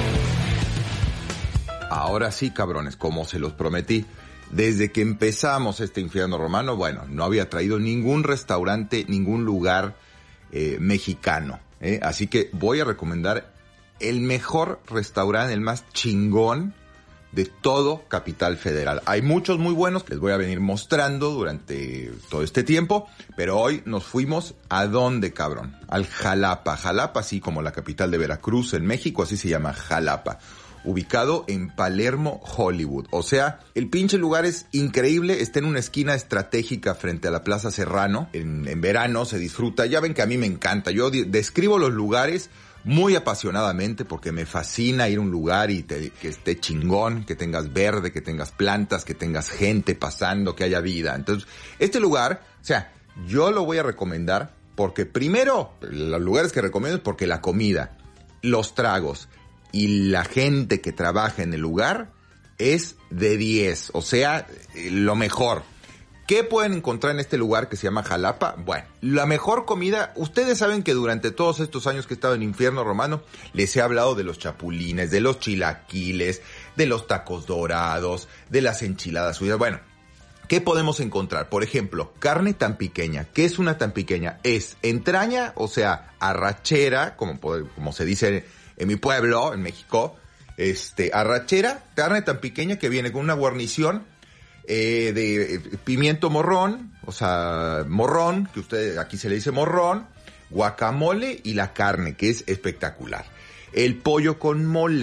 Ahora sí, cabrones, como se los prometí, desde que empezamos este Infierno Romano, bueno, no había traído ningún restaurante, ningún lugar eh, mexicano, ¿eh? Así que voy a recomendar el mejor restaurante, el más chingón de todo Capital Federal. Hay muchos muy buenos que les voy a venir mostrando durante todo este tiempo, pero hoy nos fuimos ¿a dónde, cabrón? Al Jalapa. Jalapa, así como la capital de Veracruz en México, así se llama Jalapa. Ubicado en Palermo, Hollywood. O sea, el pinche lugar es increíble, está en una esquina estratégica frente a la Plaza Serrano. En, en verano se disfruta, ya ven que a mí me encanta. Yo di- describo los lugares muy apasionadamente porque me fascina ir a un lugar y te- que esté chingón, que tengas verde, que tengas plantas, que tengas gente pasando, que haya vida. Entonces, este lugar, o sea, yo lo voy a recomendar porque primero, los lugares que recomiendo es porque la comida, los tragos y la gente que trabaja en el lugar es de diez, o sea, lo mejor. ¿Qué pueden encontrar en este lugar que se llama Jalapa? Bueno, la mejor comida, ustedes saben que durante todos estos años que he estado en Infierno Romano, les he hablado de los chapulines, de los chilaquiles, de los tacos dorados, de las enchiladas suyas. Bueno, ¿qué podemos encontrar? Por ejemplo, carne tan pequeña. ¿Qué es una tan pequeña? Es entraña, o sea, arrachera, como, como se dice en mi pueblo, en México, este, arrachera, carne tan pequeña que viene con una guarnición eh, de pimiento morrón, o sea, morrón, que usted aquí se le dice morrón, guacamole y la carne, que es espectacular. El pollo con mole,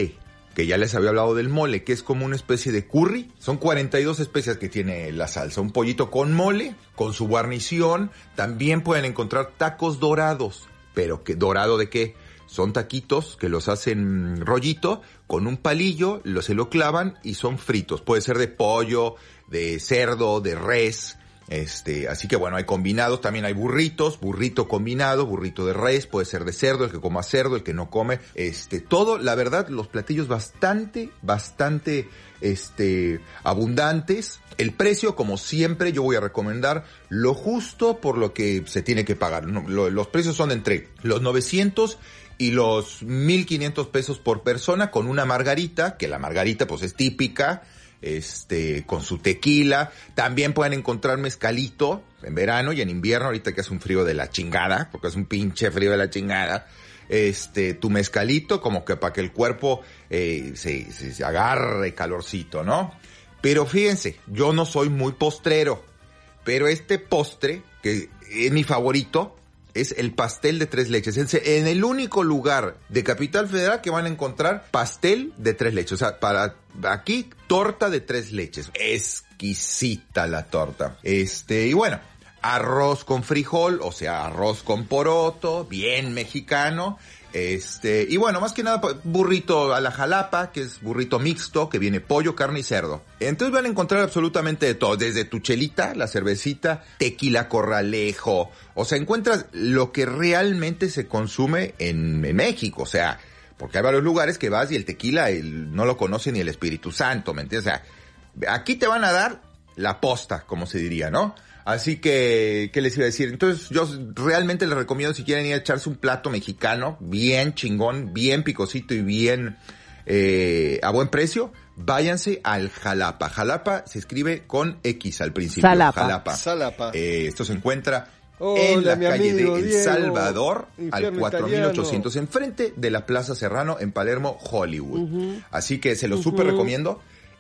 que ya les había hablado del mole, que es como una especie de curry. Son cuarenta y dos especias que tiene la salsa. Un pollito con mole, con su guarnición. También pueden encontrar tacos dorados. ¿Pero qué dorado de qué? Son taquitos que los hacen rollito, con un palillo, lo, se lo clavan y son fritos. Puede ser de pollo, de cerdo, de res. Este, así que bueno, hay combinados, también hay burritos, burrito combinado, burrito de res, puede ser de cerdo, el que coma cerdo, el que no come, este, todo, la verdad, los platillos bastante, bastante, este, abundantes. El precio, como siempre, yo voy a recomendar lo justo por lo que se tiene que pagar. No, lo, los precios son entre los novecientos y los mil quinientos pesos por persona, con una margarita, que la margarita pues es típica, este, con su tequila. También pueden encontrar mezcalito en verano y en invierno, ahorita que es un frío de la chingada, porque es un pinche frío de la chingada. Este, tu mezcalito, como que para que el cuerpo eh, se, se, se agarre calorcito, ¿no? Pero fíjense, yo no soy muy postrero, pero este postre, que es mi favorito, es el pastel de tres leches. Es en el único lugar de Capital Federal que van a encontrar pastel de tres leches. O sea, para aquí, torta de tres leches. Exquisita la torta. Este, y bueno, arroz con frijol, o sea, arroz con poroto, bien mexicano. Este, y bueno, más que nada, burrito a la jalapa, que es burrito mixto, que viene pollo, carne y cerdo. Entonces van a encontrar absolutamente de todo, desde tu chelita, la cervecita, tequila corralejo. O sea, encuentras lo que realmente se consume en, en México, o sea, porque hay varios lugares que vas y el tequila el, no lo conoce ni el Espíritu Santo, ¿me entiendes? O sea, aquí te van a dar la posta, como se diría, ¿no? Así que, ¿qué les iba a decir? Entonces, yo realmente les recomiendo, si quieren ir a echarse un plato mexicano, bien chingón, bien picosito y bien eh, a buen precio, váyanse al Jalapa. Jalapa se escribe con X al principio. Salapa. Jalapa. Salapa. Eh, esto se encuentra Hola, en la mi calle amigo de El Diego, Salvador, al infierno cuatro mil ochocientos, italiano. enfrente de la Plaza Serrano, en Palermo, Hollywood. Ujú. Así que se los Ujú. súper recomiendo.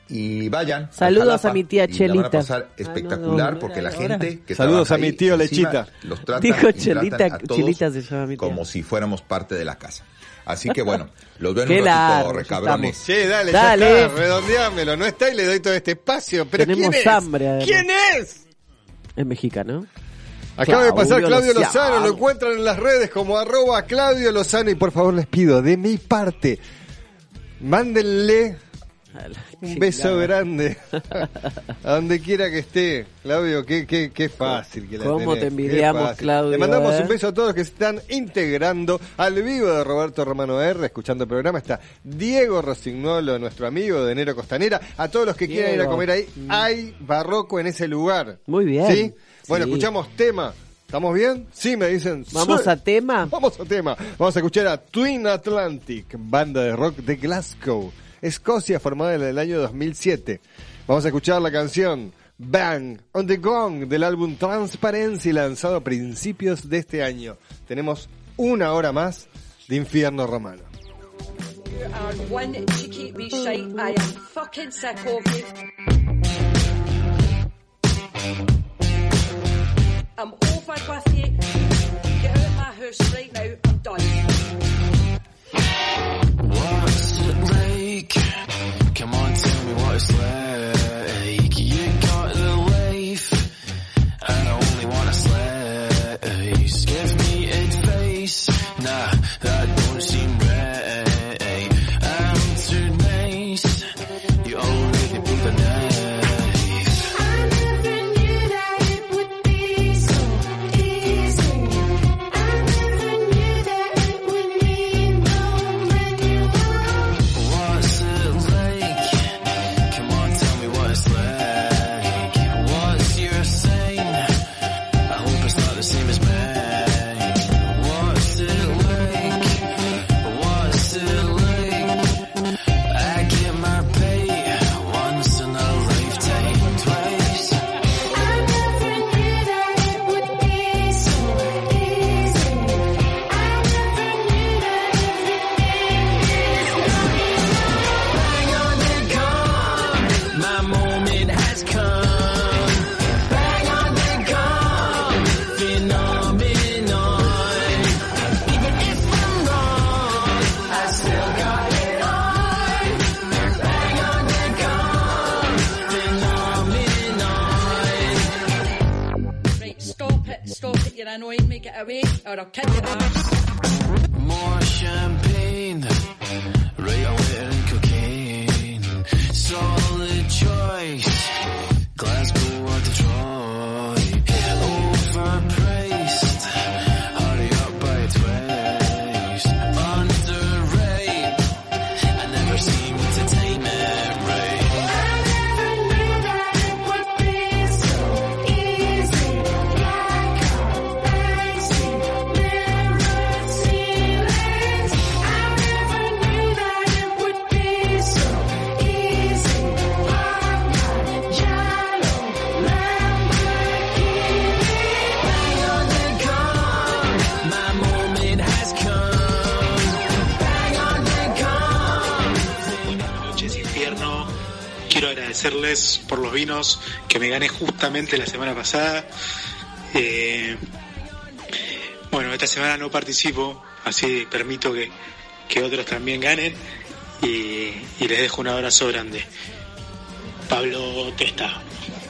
Y vayan. al Saludos Jalapa a mi tía y la Chelita. van a pasar espectacular, Ah, no, no, porque la ahora. gente que Saludos trabaja a mi ahí tío encima Lechita. los tratan Dijo y tratan Chelita, a todos Chelita se llama mi tía. como si fuéramos parte de la casa. Así que bueno, los veo en Qué un ratito, largo, recabrones. estamos. Che, dale, Dale. ya está, redondeámelo. No está y le doy todo este espacio. Pero Tenemos ¿quién es? hambre, además. ¿Quién es? Es mexicano. Acaba de pasar Claudio Lozano, Lozano. lo encuentran en las redes como arroba Claudio Lozano y por favor les pido, de mi parte, mándenle un beso grande a donde quiera que esté. Claudio, qué, qué, qué fácil que la ¿Cómo tenés, te qué envidiamos, fácil. Claudio, Le mandamos eh? un beso a todos los que se están integrando al vivo de Roberto Romano R, escuchando el programa. Está Diego Rosignolo, nuestro amigo de Enero Costanera. A todos los que Diego. quieran ir a comer ahí, hay barroco en ese lugar. Muy bien. ¿Sí? Bueno, Sí. escuchamos tema. ¿Estamos bien? Sí, me dicen. ¿Vamos sí. a tema? Vamos a tema. Vamos a escuchar a Twin Atlantic, banda de rock de Glasgow, Escocia, formada en el año dos mil siete. Vamos a escuchar la canción Bang on the Gong del álbum Transparency, lanzado a principios de este año. Tenemos una hora más de Infierno Romano. And when you keep me shite, I am fucking sick of you. I'm over with you. Get out of my house right now. I'm done. What's it like? Come on, tell me what it's like. You got the life, and I only wanna slice. Give me advice, nah, that don't seem right. I'm too nice, you already pulled the knife. I never knew that it would be so easy. I never knew stop it, you're annoying me, get away, or I'll kick your ass. More champagne, right away and cocaine. Solid choice, Glasgow or Detroit. Overpriced, hurry up by twice. Underrate, I never seem to time it right. I never knew that it would be so easy. Like a fancy mirrored ceilings. I never knew that it would be so easy. I'm not Giallo Lamborghini. Bang on the gong, my moment has come. Bang on the gong. Buenas noches, infierno. Quiero agradecerles por los vinos que me gané justamente la semana pasada. Eh, bueno, esta semana no participo, así permito que, que otros también ganen. Y, y les dejo un abrazo grande. Pablo Testa.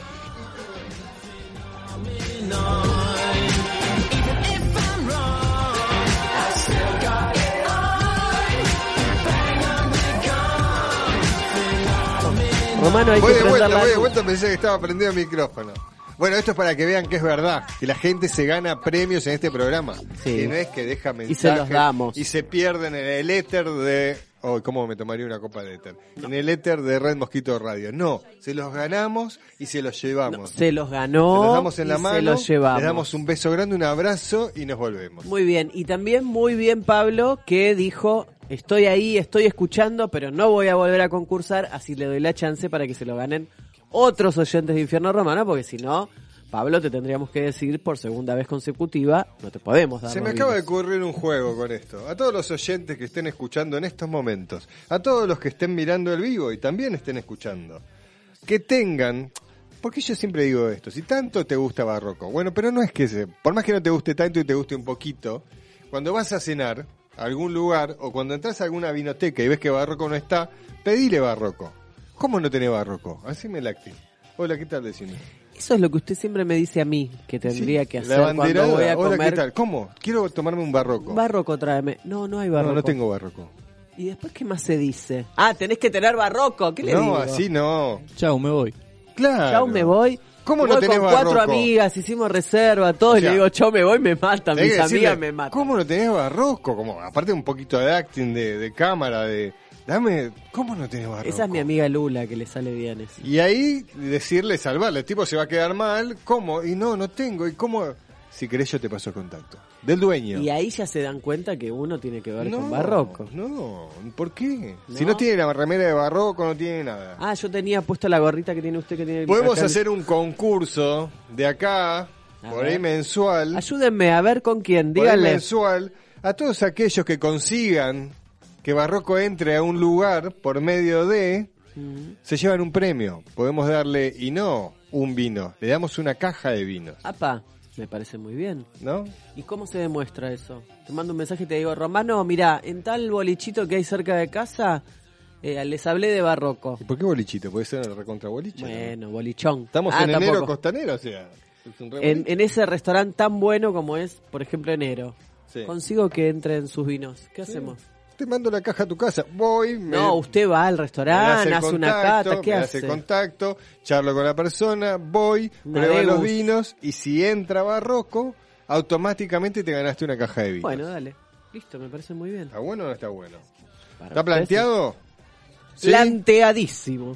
Romano, hay Voy que de prender vuelta, la voy de luz. vuelta, pensé que estaba prendido el micrófono. Bueno, esto es para que vean que es verdad, que la gente se gana premios en este programa. Sí. Que no es que deja mensajes. Y se los damos. Y se pierden en el éter de... Oh, ¿cómo me tomaría una copa de éter? En el éter de Red Mosquito Radio. No, se los ganamos y se los llevamos. Se los ganó Se los damos en la y mano, se los llevamos. les damos un beso grande, un abrazo y nos volvemos. Muy bien, y también muy bien Pablo, que dijo, estoy ahí, estoy escuchando, pero no voy a volver a concursar, así le doy la chance para que se lo ganen otros oyentes de Infierno Romano, porque si no, Pablo, te tendríamos que decir por segunda vez consecutiva, no te podemos dar Se los me acaba de vinos. ocurrir un juego con esto. A todos los oyentes que estén escuchando en estos momentos, a todos los que estén mirando el vivo y también estén escuchando, que tengan, porque yo siempre digo esto, si tanto te gusta Barroco, bueno, pero no es que se, por más que no te guste tanto y te guste un poquito, cuando vas a cenar a algún lugar o cuando entras a alguna vinoteca y ves que Barroco no está, pedile Barroco. ¿Cómo no tenés Barroco? Haceme el acting. Hola, ¿qué tal, vecino? Eso es lo que usted siempre me dice a mí, que tendría Sí, que la hacer cuando banderada. voy a Hola, comer. ¿qué tal? ¿Cómo? Quiero tomarme un Barroco. Barroco, tráeme. No, no hay Barroco. No, no tengo Barroco. ¿Y después qué más se dice? Ah, tenés que tener Barroco, ¿qué le no, digo? así no. Chau, me voy. Claro. Chau, me voy. ¿Cómo no Voy tenés con cuatro Barroco? amigas, hicimos reserva, todos, O y sea, le digo, chau, me voy, me matan, Hay mis que decirle, amigas me matan. ¿Cómo no tenés Barroco? Como, aparte un poquito de acting, de, de cámara, de... Dame, ¿cómo no tenés Barroco? Esa es mi amiga Lula, que le sale bien eso. Y ahí decirle, salvarle, el tipo se va a quedar mal, ¿cómo? Y no, no tengo, ¿y cómo? Si querés yo te paso el contacto. Del dueño. Y ahí ya se dan cuenta que uno tiene que ver No, con Barroco. No, ¿por qué? ¿No? Si no tiene la remera de Barroco, no tiene nada. Ah, yo tenía puesto la gorrita que tiene usted que tiene. Podemos acá. hacer un concurso de acá, A por ver. ahí mensual. Ayúdenme a ver con quién, por ahí díganle. mensual, a todos aquellos que consigan que Barroco entre a un lugar por medio de, Mm. se llevan un premio. Podemos darle, y no un vino, le damos una caja de vinos, Apa, me parece muy bien. ¿no? ¿Y cómo se demuestra eso? Te mando un mensaje y te digo, Romano, mirá, en tal bolichito que hay cerca de casa, eh, les hablé de Barroco. ¿Y por qué bolichito? ¿Puede ser el recontra boliche? Bueno, bolichón. Estamos Ah, en enero tampoco. costanero, o sea. Es un re En, boliche. en ese restaurante tan bueno como es, por ejemplo, enero. Sí. Consigo que entren sus vinos. ¿Qué hacemos? Te mando la caja a tu casa. Voy, me, No, usted va al me das restaurante, el hace una contacto, cata, ¿qué me das hace? el contacto, charlo con la persona, voy, Una pruebo los degus. vinos y si entra Barroco, automáticamente te ganaste una caja de vinos. Bueno, dale. Listo, me parece muy bien. ¿Está bueno o no está bueno? Para ¿Está ustedes, planteado? ¿Sí? Planteadísimo.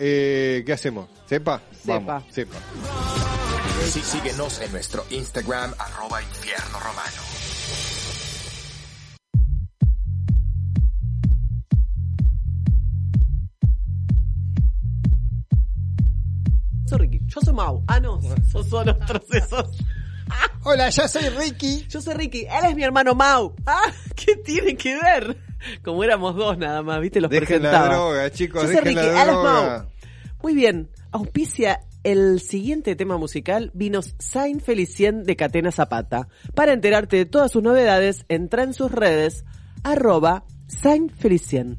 Eh, ¿Qué hacemos? ¿Sepa? Sepa. Vamos, sepa. Sí, síguenos en nuestro Instagram, arroba infierno romano. Soy Ricky. Yo soy Mau. Ah, no. Sos son otros esos. Hola, yo soy Ricky. Yo soy Ricky. Él es mi hermano Mau. Ah, ¿qué tiene que ver? Como éramos dos nada más, ¿viste? Los Dejen la presentaba. droga, chicos, Yo soy dejen Ricky. la Él es droga. Mau. Muy bien. Auspicia el siguiente tema musical, vinos Saint Felicien de Catena Zapata. Para enterarte de todas sus novedades, entra en sus redes, arroba Saint Felicien.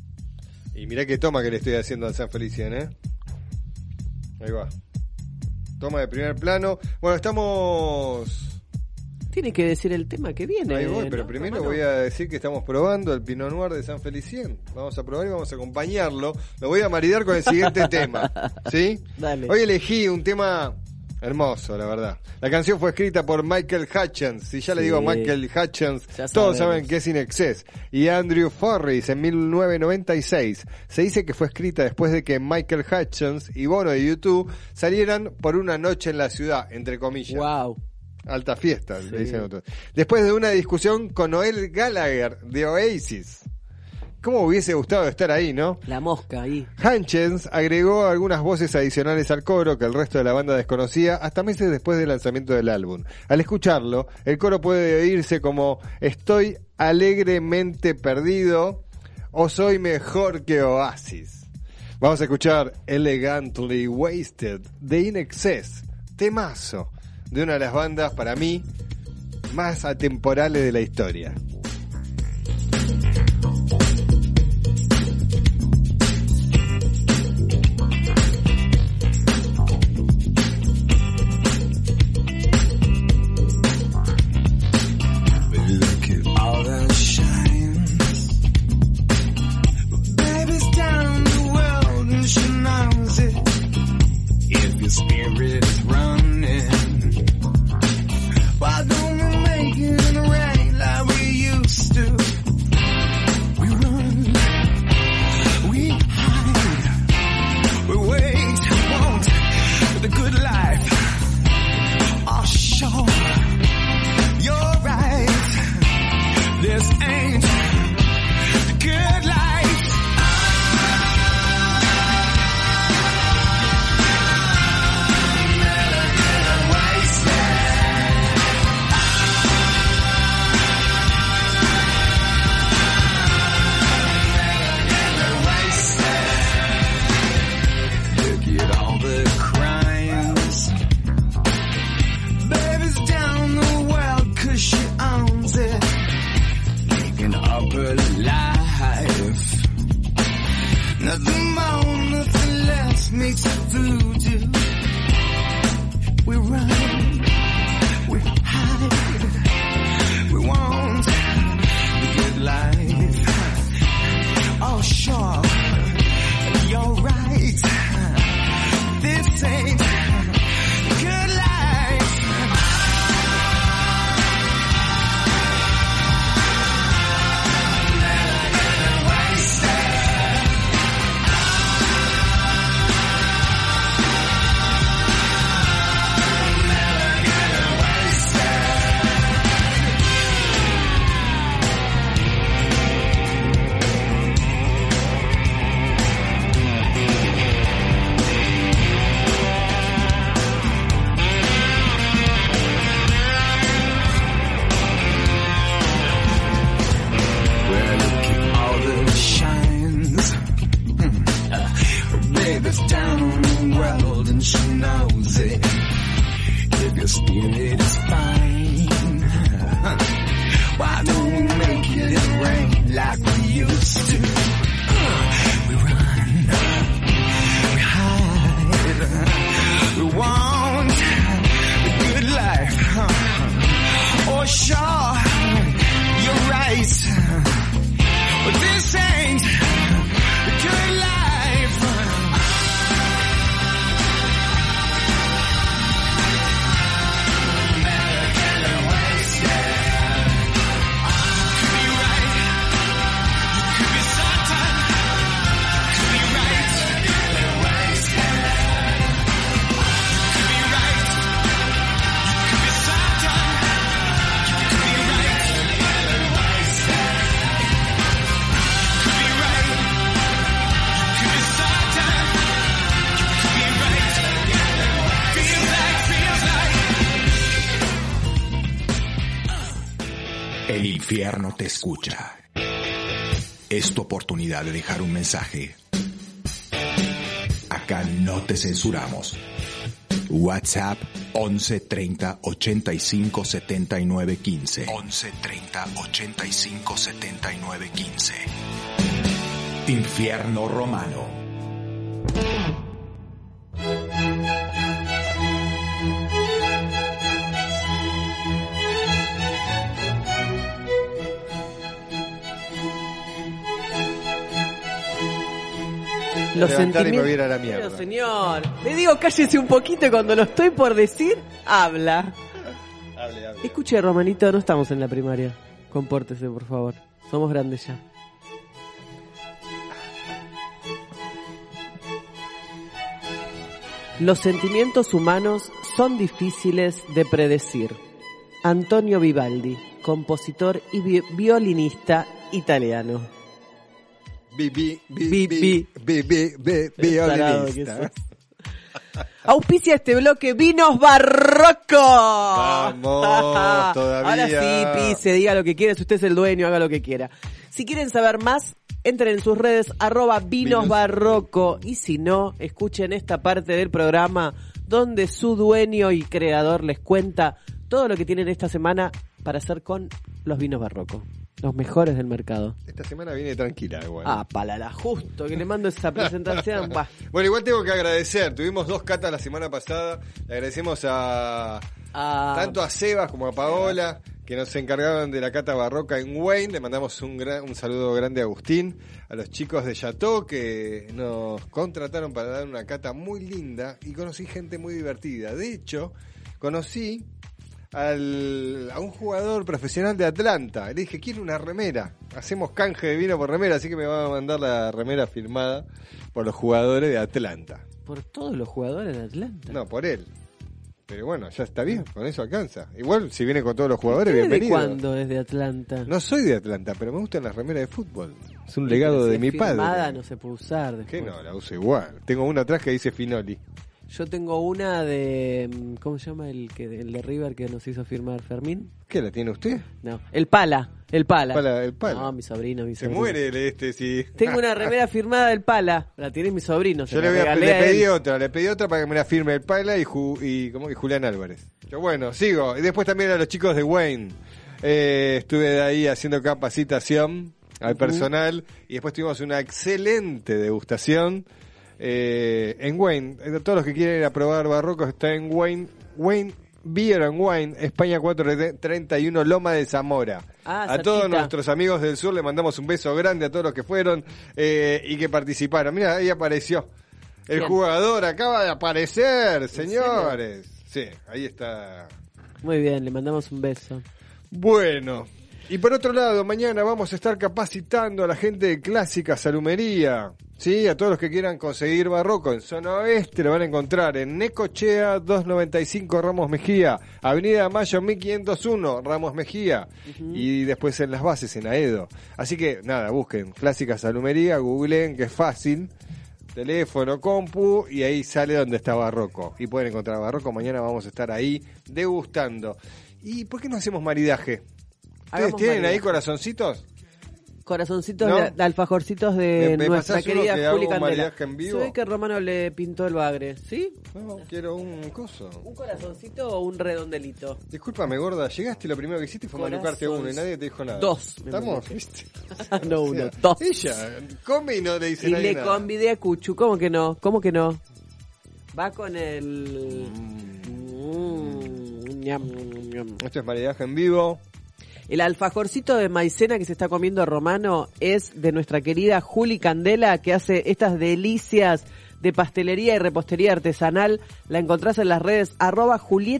Y mirá qué toma que le estoy haciendo al San Felicien, ¿eh? Ahí va. toma de primer plano. Bueno, estamos... Tiene que decir el tema que viene. Ahí voy, ¿no? pero primero Romano. voy a decir que estamos probando el Pinot Noir de San Felicien. Vamos a probar y vamos a acompañarlo. Lo voy a maridar con el siguiente tema. ¿Sí? Dale. Hoy elegí un tema hermoso, la verdad. La canción fue escrita por Michael Hutchence. Si ya le Sí. digo Michael Hutchence, Ya todos sabemos. saben que es In Excess. Y Andrew Forris en mil novecientos noventa y seis. Se dice que fue escrita después de que Michael Hutchence y Bono de YouTube salieran por una noche en la ciudad, entre comillas. Wow. Alta fiesta, Sí. le dicen otros. Después de una discusión con Noel Gallagher de Oasis. ¿Cómo hubiese gustado estar ahí, no? La mosca ahí. Hutchence agregó algunas voces adicionales al coro que el resto de la banda desconocía hasta meses después del lanzamiento del álbum. Al escucharlo, el coro puede oírse como "Estoy alegremente perdido" o "Soy mejor que Oasis". Vamos a escuchar Elegantly Wasted de In Excess, temazo de una de las bandas, para mí, más atemporales de la historia. Look at all the shines. Baby's down the world and she knows it. If your spirit is running, why don't we make it rain like we used to? We run, we hide, we wait, we want the good life. Oh, sure, you're right. This ain't the good life. Look at all the crimes. Baby's down the well 'cause she owns it. Taking up her life. Nothing more, nothing less makes it voodoo. We run, we hide, we want the good life. Oh sure, you're right. This ain't the good life. Well, look at all the shines. Hmm. Uh, baby's down on the world and she knows it. If your spirit is fine, uh, why don't we make it rain like we used to? Uh, we run, we hide, we want the good life. Huh? Oh, sure, you're right. But this ain't the good life. El infierno te escucha. Es tu oportunidad de dejar un mensaje. Acá no te censuramos. WhatsApp once treinta ochenta y cinco setenta y nueve quince. once treinta ochenta y cinco setenta y nueve quince. Infierno Romano. Los levantara y me sentimientos. voy a ir a la mierda. Pero, señor, le digo cállese un poquito y cuando lo estoy por decir, habla. Hable, hable. Escuche, Romanito, no estamos en la primaria. Compórtese, por favor. Somos grandes ya. Los sentimientos humanos son difíciles de predecir. Antonio Vivaldi, compositor y vi- violinista italiano. Bi, bi, bi, Bi, bi, bi, bi, bi, Qué tarado que violinista. sos. Auspicia este bloque Vinos Barroco. Vamos, todavía. Ahora sí, pise, diga lo que quiera. Si usted es el dueño, haga lo que quiera. Si quieren saber más, entren en sus redes, arroba Vinos Barroco. Y si no, escuchen esta parte del programa donde su dueño y creador les cuenta todo lo que tienen esta semana para hacer con los vinos Barroco. Los mejores del mercado. Esta semana viene tranquila igual. Ah, palala, justo que le mando esa presentación. Bah. Bueno, igual tengo que agradecer. Tuvimos dos catas la semana pasada. Le agradecemos a Ah, tanto a Sebas como a Paola, que nos encargaron de la cata barroca en Wayne. Le mandamos un, gran, un saludo grande a Agustín, a los chicos de Chateau que nos contrataron para dar una cata muy linda y conocí gente muy divertida. De hecho, conocí al, a un jugador profesional de Atlanta. Le dije, quiero una remera. Hacemos canje de vino por remera, así que me va a mandar la remera firmada por los jugadores de Atlanta. por todos los jugadores de Atlanta. No, por él. Pero bueno, ya está bien, con eso alcanza. Igual, si viene con todos los jugadores, ¿Usted bienvenido. ¿Desde cuándo es de Atlanta? No soy de Atlanta, pero me gustan las remeras de fútbol. Es un Sí, legado pero si de es mi firmada, padre. no se puede usar después. ¿Qué no? La uso igual. Tengo una atrás que dice Finoli. Yo tengo una de... ¿Cómo se llama el que el de River que nos hizo firmar Fermín? ¿Qué, la tiene usted? No, el Pala, el Pala. Pala, el Pala. No, mi sobrino, mi Se sobrino. muere el este, sí. Tengo una remera firmada del Pala, la tiene mi sobrino. se Yo le, la voy a, regalé le a él. pedí otra, le pedí otra para que me la firme el Pala y, Ju- y, ¿cómo? y Julián Álvarez. Yo, bueno, sigo. Y después también a los chicos de Wayne. Eh, estuve ahí haciendo capacitación al Ujú. personal y después tuvimos una excelente degustación eh, en Wayne. Eh, Todos los que quieren ir a probar barrocos está en Wayne. Wayne Beer and Wine, España cuatrocientos treinta y uno, Loma de Zamora. Ah, a todos cerquita. nuestros amigos del sur le mandamos un beso grande a todos los que fueron eh, y que participaron. Mira, ahí apareció. El Bien. jugador acaba de aparecer, señores. Sí, ahí está. Muy bien, le mandamos un beso. Bueno, y por otro lado, mañana vamos a estar capacitando a la gente de Clásica Salumería. Sí, a todos los que quieran conseguir barroco en zona oeste lo van a encontrar en Necochea doscientos noventa y cinco Ramos Mejía, Avenida Mayo mil quinientos uno Ramos Mejía, Ujú. y después en las bases en Aedo. Así que nada, busquen Clásica Salumería, googleen que es fácil, teléfono, compu, y ahí sale donde está barroco. Y pueden encontrar barroco, mañana vamos a estar ahí degustando. ¿Y por qué no hacemos maridaje? ¿Ustedes Hagamos tienen ahí maridaje. corazoncitos? Corazoncitos ¿No? de, de alfajorcitos de ¿Me- me nuestra pasás uno querida que hago Juli un Candela. maridaje en vivo? Se ve que Romano le pintó el bagre, ¿sí? No, quiero un coso. ¿Un corazoncito o un redondelito? Discúlpame, gorda, llegaste y lo primero que hiciste fue Corazón. malucarte uno y nadie te dijo nada. Dos, me ¿Estamos? maluqué. ¿Viste? No, O uno, sea, dos. Ella come y no le dice Y nadie le nada. convidé a Cuchu, ¿cómo que no? ¿Cómo que no? Va con el... Mm, ñam, ñam. Esto es maridaje en vivo. El alfajorcito de maicena que se está comiendo Romano es de nuestra querida Juli Candela, que hace estas delicias de pastelería y repostería artesanal. La encontrás en las redes arroba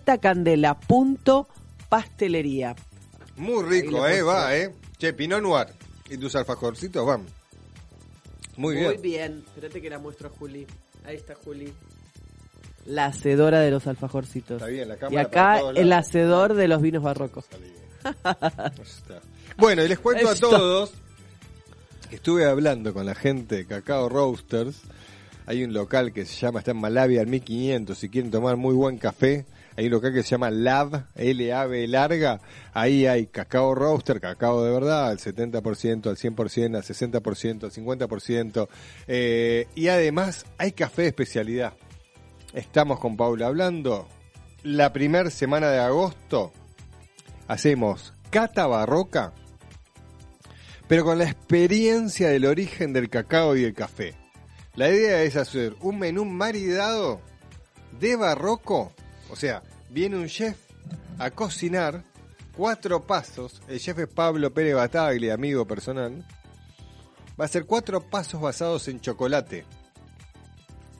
julietacandela.pastelería. Muy Ahí rico, le eh, puedo va, eh. Che, Pinot Noir. ¿Y tus alfajorcitos van? Muy bien. Muy bien. Espérate que la muestro a Juli. Ahí está Juli. La hacedora de los alfajorcitos. Está bien, la Y cámara para acá todos el lados. hacedor de los vinos barrocos. Está. Bueno, y les cuento a Está. todos que estuve hablando con la gente de Cacao Roasters. Hay un local que se llama, está en Malavia al mil quinientos, si quieren tomar muy buen café. Hay un local que se llama Lab, L A B larga. Ahí hay cacao roaster, cacao de verdad, al setenta por ciento, al cien por ciento, al sesenta por ciento, al cincuenta por ciento. Eh, y además hay café de especialidad. Estamos con Paula hablando. La primera semana de agosto hacemos cata barroca, pero con la experiencia del origen del cacao y el café. La idea es hacer un menú maridado de barroco, o sea, viene un chef a cocinar cuatro pasos, el chef es Pablo Pérez Bataglia, amigo personal, va a hacer cuatro pasos basados en chocolate,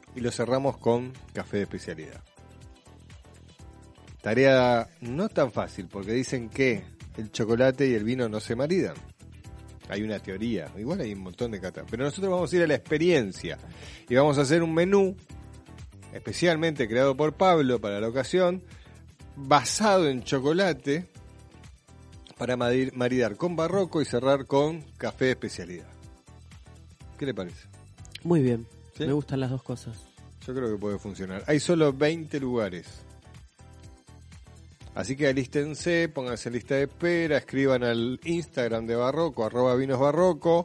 y lo cerramos con café de especialidad. Tarea no tan fácil, porque dicen que el chocolate y el vino no se maridan. Hay una teoría, igual hay un montón de catas, pero nosotros vamos a ir a la experiencia y vamos a hacer un menú especialmente creado por Pablo para la ocasión, basado en chocolate, para maridar con barroco y cerrar con café de especialidad. ¿Qué le parece? Muy bien, ¿Sí? Me gustan las dos cosas. Yo creo que puede funcionar. Hay solo veinte lugares. Así que alístense, pónganse en lista de espera, escriban al Instagram de Barroco, arroba vinos barroco.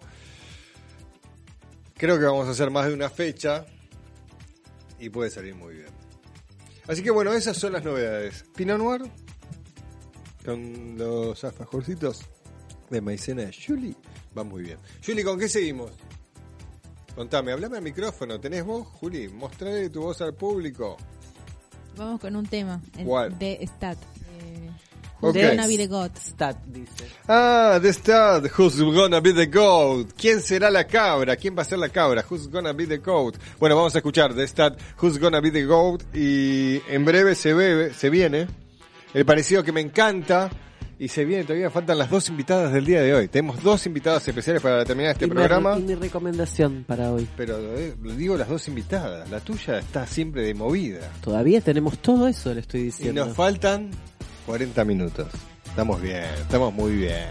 Creo que vamos a hacer más de una fecha y puede salir muy bien. Así que bueno, esas son las novedades. Pinot Noir con los alfajorcitos de maicena de Julie. Va muy bien. Julie, ¿con qué seguimos? Contame, hablame al micrófono. ¿Tenés voz, Juli? Mostrale tu voz al público. Vamos con un tema. el ¿Cuál? De Stat. Eh, Ok. Who's Gonna Be the God. Stat, dice. Ah, The Stud, Who's Gonna Be the Goat? ¿Quién será la cabra? ¿Quién va a ser la cabra? Who's Gonna Be the Goat? Bueno, vamos a escuchar The Stud, Who's Gonna Be the Goat, y en breve se ve, se viene el parecido que me encanta, y se viene, todavía faltan las dos invitadas del día de hoy. Tenemos dos invitadas especiales para terminar este y programa. Mi, y mi recomendación para hoy. Pero eh, digo las dos invitadas, la tuya está siempre de movida. Todavía tenemos todo eso, le estoy Y diciendo. nos faltan cuarenta minutos. Estamos bien, estamos muy bien.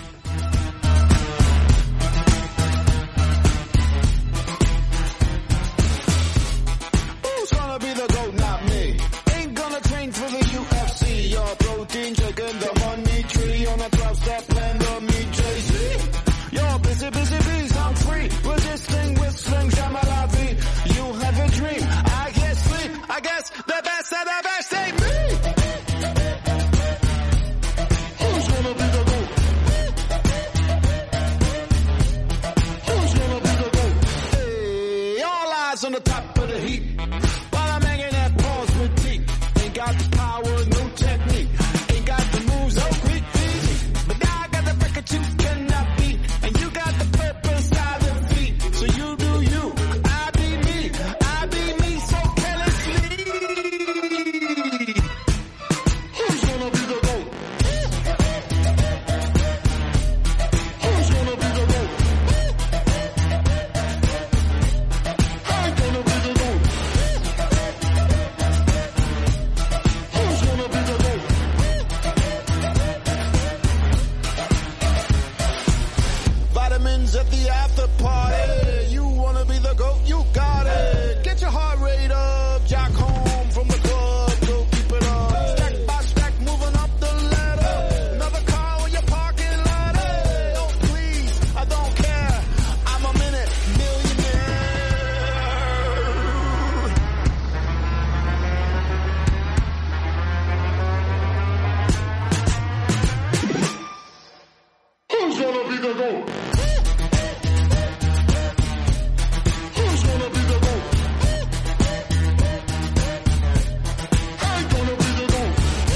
Who's gonna be the GOAT, not me? Ain't gonna train for the U F C. Your protein chicken, the money tree on a twelve-step plan of me, Jay-Z. You're busy, busy bees, I'm free. Resisting with sling, Shamalavi. You have a dream, I can't sleep. I guess the best of the best ain't me. Who's gonna be the GOAT? Who's gonna be the GOAT? Hey, all eyes on the top of the heap. While I'm hanging at paws with teeth. Ain't got the power, no technique. Ain't got the moves, no quick feet. But now I got the record you cannot beat. And you got the purpose I defeat. So you do you, I be me. I be me so carelessly. Who's gonna be the GOAT? Who's gonna be the GOAT? I'm gonna be the GOAT. Who's gonna be the GOAT? Vitamins at the after party. You wanna be the GOAT? You got it. Get your heart rate up. Jack home from the club. Go keep it up. Stack by stack, moving up the ladder. Another car in your parking lot. Hey, oh please, I don't care. I'm a minute millionaire. Who's gonna be the GOAT? Who's gonna be the GOAT? I'm gonna be the GOAT.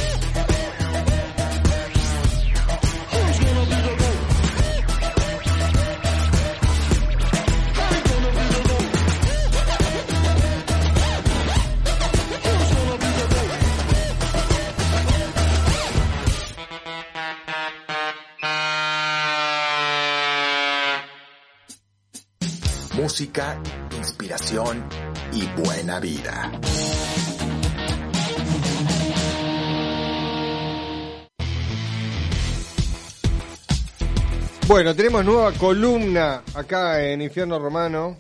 Who's gonna be the GOAT? I'm gonna be the GOAT. Who's gonna be the GOAT? Música, inspiración y buena vida. Bueno, tenemos nueva columna acá en Infierno Romano.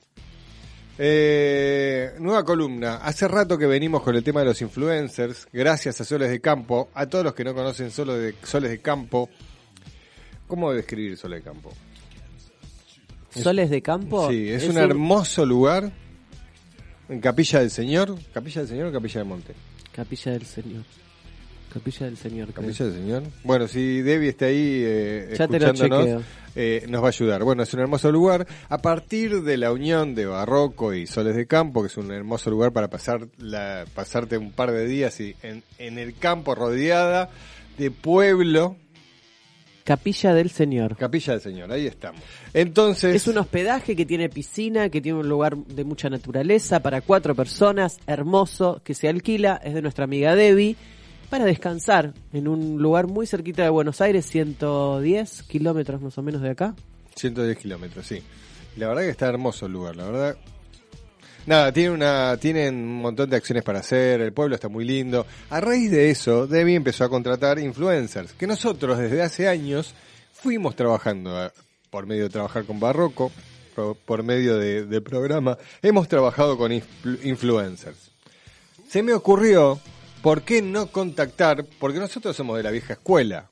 Eh, nueva columna. Hace rato que venimos con el tema de los influencers. Gracias a Soles de Campo. A todos los que no conocen Soles de, Soles de Campo. ¿Cómo describir Soles de Campo? Soles de Campo. Sí, es, es un un- hermoso lugar. En Capilla del Señor. ¿Capilla del Señor o Capilla del Monte? Capilla del Señor. Capilla del Señor, creo. Capilla del Señor. Bueno, si Debbie está ahí eh, Ya te lo escuchándonos, chequeo. eh, nos va a ayudar. Bueno, es un hermoso lugar. A partir de la unión de Barroco y Soles de Campo, que es un hermoso lugar para pasar la, pasarte un par de días y en, en el campo rodeada de pueblo, Capilla del Señor. Capilla del Señor, ahí estamos. Entonces... Es un hospedaje que tiene piscina, que tiene un lugar de mucha naturaleza para cuatro personas, hermoso, que se alquila, es de nuestra amiga Debbie, para descansar en un lugar muy cerquita de Buenos Aires, ciento diez kilómetros más o menos de acá. ciento diez kilómetros, sí. La verdad que está hermoso el lugar, la verdad. Nada, tiene una, tienen un montón de acciones para hacer, el pueblo está muy lindo. A raíz de eso, Debbie empezó a contratar influencers, que nosotros desde hace años fuimos trabajando, a, por medio de trabajar con Barroco, por, por medio de, de programa, hemos trabajado con influ, influencers. Se me ocurrió, ¿por qué no contactar? Porque nosotros somos de la vieja escuela,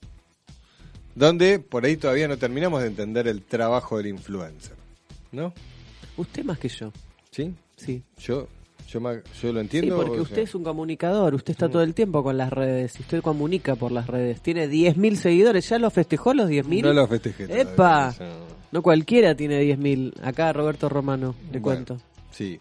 donde por ahí todavía no terminamos de entender el trabajo del influencer, ¿no? Usted más que yo. ¿Sí? Sí. Yo, yo, me- yo lo entiendo. Sí, porque o usted sea, es un comunicador, usted está todo el tiempo con las redes, y usted comunica por las redes. Tiene diez mil seguidores, ¿ya lo festejó los diez mil? No lo festejé todavía, ¡Epa! eso. No cualquiera tiene diez mil. Acá Roberto Romano, le Bueno, cuento. Sí.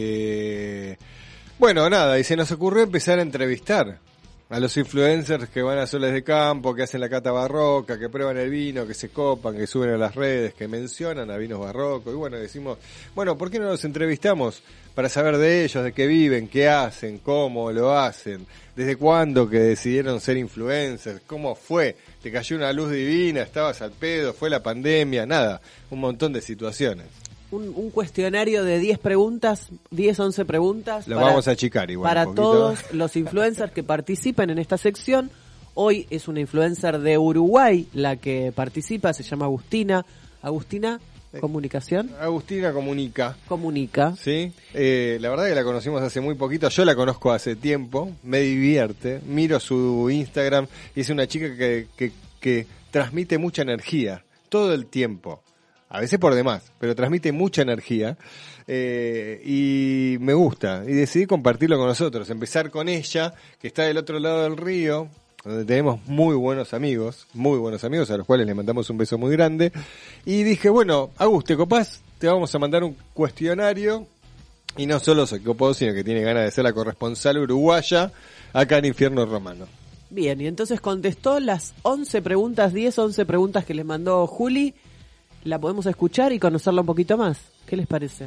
Eh, bueno, nada, y se nos ocurrió empezar a entrevistar a los influencers que van a soles de campo, que hacen la cata barroca, que prueban el vino, que se copan, que suben a las redes, que mencionan a vinos barrocos. Y bueno, decimos, bueno, ¿por qué no los entrevistamos para saber de ellos, de qué viven, qué hacen, cómo lo hacen, desde cuándo que decidieron ser influencers, cómo fue, te cayó una luz divina, estabas al pedo, fue la pandemia, nada, un montón de situaciones. Un, un cuestionario de diez preguntas, diez, once preguntas. Lo para- vamos a achicar igual Para un poquito. todos los influencers que participan en esta sección. Hoy es una influencer de Uruguay la que participa, se llama Agustina. Agustina, comunicación. Agustina comunica. Comunica. Sí, eh, la verdad que la conocimos hace muy poquito, yo la conozco hace tiempo, me divierte, miro su Instagram y es una chica que, que, que transmite mucha energía, todo el tiempo, a veces por demás, pero transmite mucha energía eh, y me gusta y decidí compartirlo con nosotros, empezar con ella, que está del otro lado del río, donde tenemos muy buenos amigos, muy buenos amigos a los cuales le mandamos un beso muy grande. Y dije, bueno, Agus, ¿te copás? Te vamos a mandar un cuestionario. Y no solo se copó, sino que tiene ganas de ser la corresponsal uruguaya acá en Infierno Romano. Bien, y entonces contestó las once preguntas, diez, once preguntas que les mandó Juli. La podemos escuchar y conocerla un poquito más. ¿Qué les parece?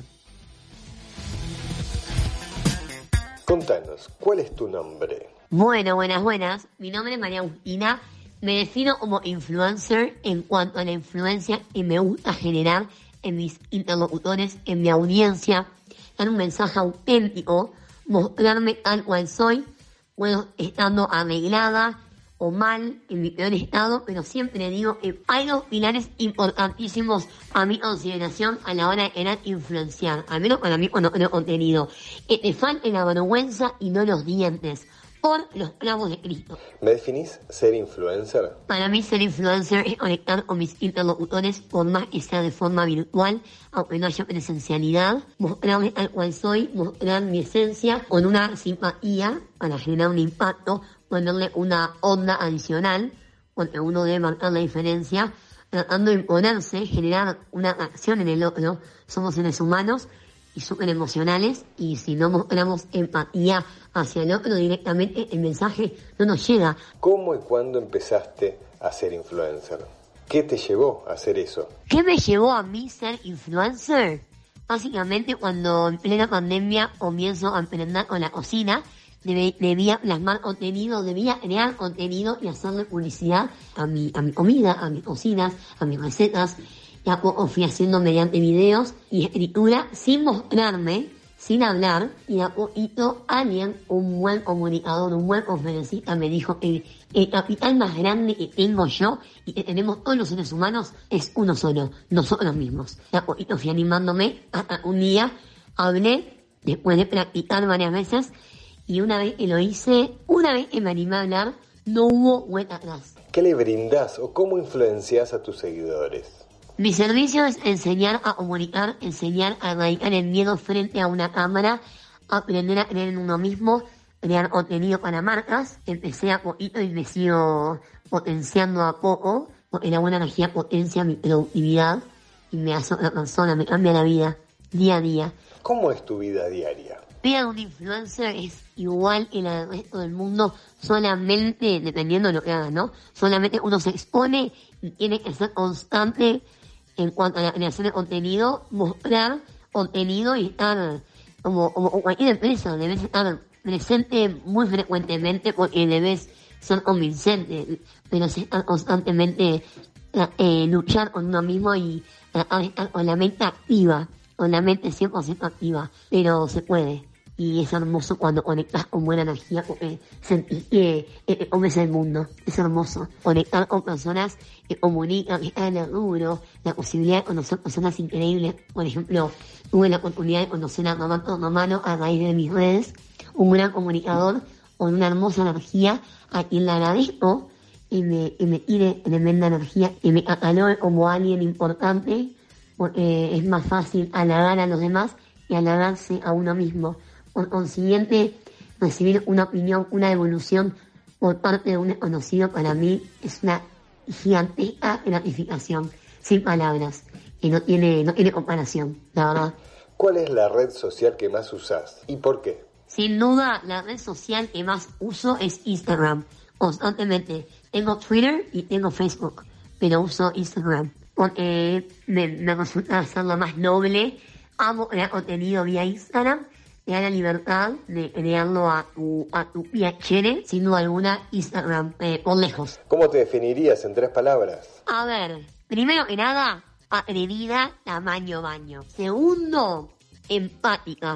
Contanos, ¿cuál es tu nombre? Bueno, buenas, buenas. Mi nombre es María Agustina. Me defino como influencer en cuanto a la influencia que me gusta generar en mis interlocutores, en mi audiencia. Dar un mensaje auténtico, mostrarme tal cual soy, bueno, estando arreglada o mal, en mi peor estado, pero siempre digo que hay dos pilares importantísimos a mi consideración a la hora de querer influenciar, al menos para mí cuando creo contenido. Que te falte la vergüenza y no los dientes, por los clavos de Cristo. ¿Me definís ser influencer? Para mí ser influencer es conectar con mis interlocutores por más que sea de forma virtual, aunque no haya presencialidad, mostrarme tal cual soy, mostrar mi esencia con una simpatía para generar un impacto, ponerle una onda adicional, porque uno debe marcar la diferencia, tratando de imponerse, generar una acción en el otro. Somos seres humanos y súper emocionales, y si no mostramos empatía hacia el otro directamente, el mensaje no nos llega. ¿Cómo y cuándo empezaste a ser influencer? ¿Qué te llevó a hacer eso? ¿Qué me llevó a mí ser influencer? Básicamente cuando en plena pandemia comienzo a emprender con la cocina, debe- debía plasmar contenido, debía crear contenido y hacerle publicidad a mi, a mi comida, a mis cocinas, a mis recetas. Y a poco fui haciendo mediante videos y escritura sin mostrarme, sin hablar, y a poquito alguien, un buen comunicador, un buen conferencista me dijo que el capital más grande que tengo yo y que tenemos todos los seres humanos es uno solo, nosotros mismos. Y a poquito fui animándome, hasta un día hablé, después de practicar varias veces, y una vez que lo hice, una vez que me animé a hablar, no hubo vuelta atrás. ¿Qué le brindás o cómo influencias a tus seguidores? Mi servicio es enseñar a comunicar, enseñar a erradicar el miedo frente a una cámara, aprender a creer en uno mismo, crear contenido para marcas. Empecé a poquito y me sigo potenciando a poco, porque la buena energía potencia mi productividad y me hace una persona, me cambia la vida día a día. ¿Cómo es tu vida diaria? La vida de un influencer es igual que la del resto del mundo, solamente, dependiendo de lo que haga, ¿no? Solamente uno se expone y tiene que ser constante en cuanto a la creación de contenido, mostrar contenido y estar, como, como cualquier empresa, debes estar presente muy frecuentemente porque debes ser convincente, pero si estar constantemente eh, luchar con uno mismo y tratar de estar con la mente activa, con la mente cien por ciento activa, pero se puede. Y es hermoso cuando conectas con buena energía, porque sentís que eh, comes el mundo. Es hermoso. Conectar con personas que comunican, que están en el rubro, la posibilidad de conocer personas increíbles. Por ejemplo, tuve la oportunidad de conocer a Roberto Romano a raíz de mis redes, un gran comunicador con una hermosa energía, a quien le agradezco y me, y me tire tremenda energía, y me catalogue como alguien importante, porque es más fácil halagar a los demás que halagarse a uno mismo. Por consiguiente, recibir una opinión, una evolución por parte de un desconocido para mí es una gigantesca gratificación, sin palabras, que no tiene, no tiene comparación, la verdad. ¿Cuál es la red social que más usás y por qué? Sin duda, la red social que más uso es Instagram, constantemente. Tengo Twitter y tengo Facebook, pero uso Instagram, porque me, me resulta ser lo más noble. Amo crear contenido vía Instagram. Te da la libertad de crearlo a tu, a tu piacere, sin duda alguna, Instagram, eh, por lejos. ¿Cómo te definirías en tres palabras? A ver, primero que nada, atrevida, tamaño baño. Segundo, empática.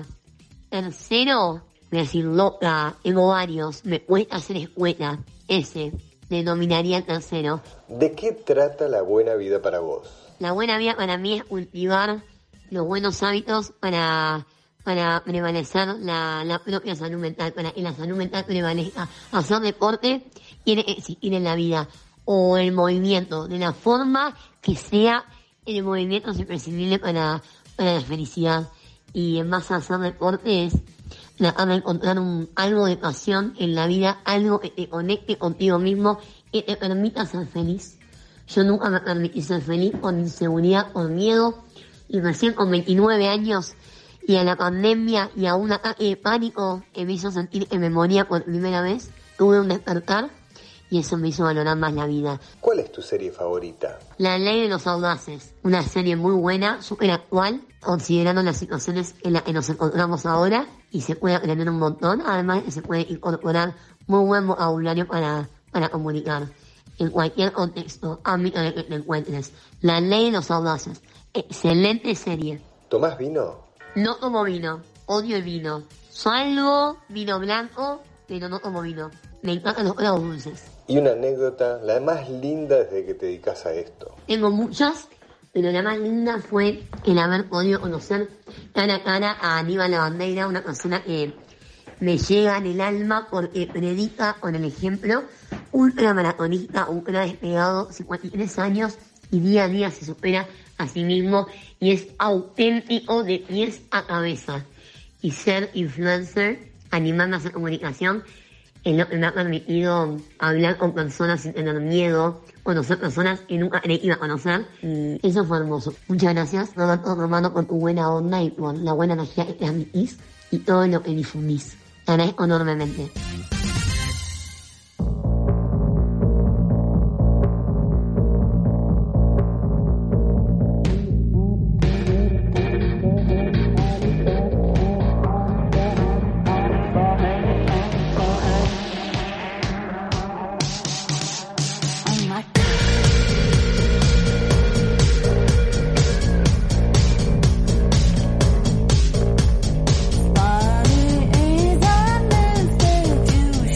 Tercero, voy a decir loca, tengo varios, me cuesta hacer escuela. Ese, denominaría el tercero. ¿De qué trata la buena vida para vos? La buena vida para mí es cultivar los buenos hábitos para... para prevalecer la, la propia salud mental, para que la salud mental prevalezca. Hacer deporte tiene que existir en la vida, o el movimiento, de la forma que sea el movimiento es imprescindible para, para la felicidad. Y en base a hacer deporte es tratar de encontrar un, algo de pasión en la vida, algo que te conecte contigo mismo, que te permita ser feliz. Yo nunca me permití ser feliz con inseguridad, con miedo, y recién con veintinueve años, y a la pandemia y a un ataque de pánico que me hizo sentir que me moría por primera vez, tuve un despertar y eso me hizo valorar más la vida. ¿Cuál es tu serie favorita? La Ley de los Audaces, una serie muy buena, súper actual, considerando las situaciones en las que nos encontramos ahora, y se puede aprender un montón, además se puede incorporar muy buen vocabulario para, para comunicar en cualquier contexto, ámbito en el que te encuentres. La Ley de los Audaces, excelente serie. ¿Tomás vino? No tomo vino, odio el vino. Salvo vino blanco, pero no tomo vino. Me encantan los helados dulces. Y una anécdota, la más linda desde que te dedicas a esto. Tengo muchas, pero la más linda fue el haber podido conocer cara a cara a Aníbal Lavandeira, una persona que me llega en el alma porque predica con el ejemplo, ultramaratonista, ultra despegado, cincuenta y tres años, y día a día se supera a sí mismo y es auténtico de pies a cabeza. Y ser influencer, animando a hacer comunicación, es lo que me ha permitido hablar con personas sin tener miedo, conocer personas que nunca creí que iba a conocer, y eso fue hermoso. Muchas gracias, Roberto Romano, por tu buena onda y por la buena energía que transmitís y todo lo que difundís. Te agradezco enormemente. Funny is a mistake.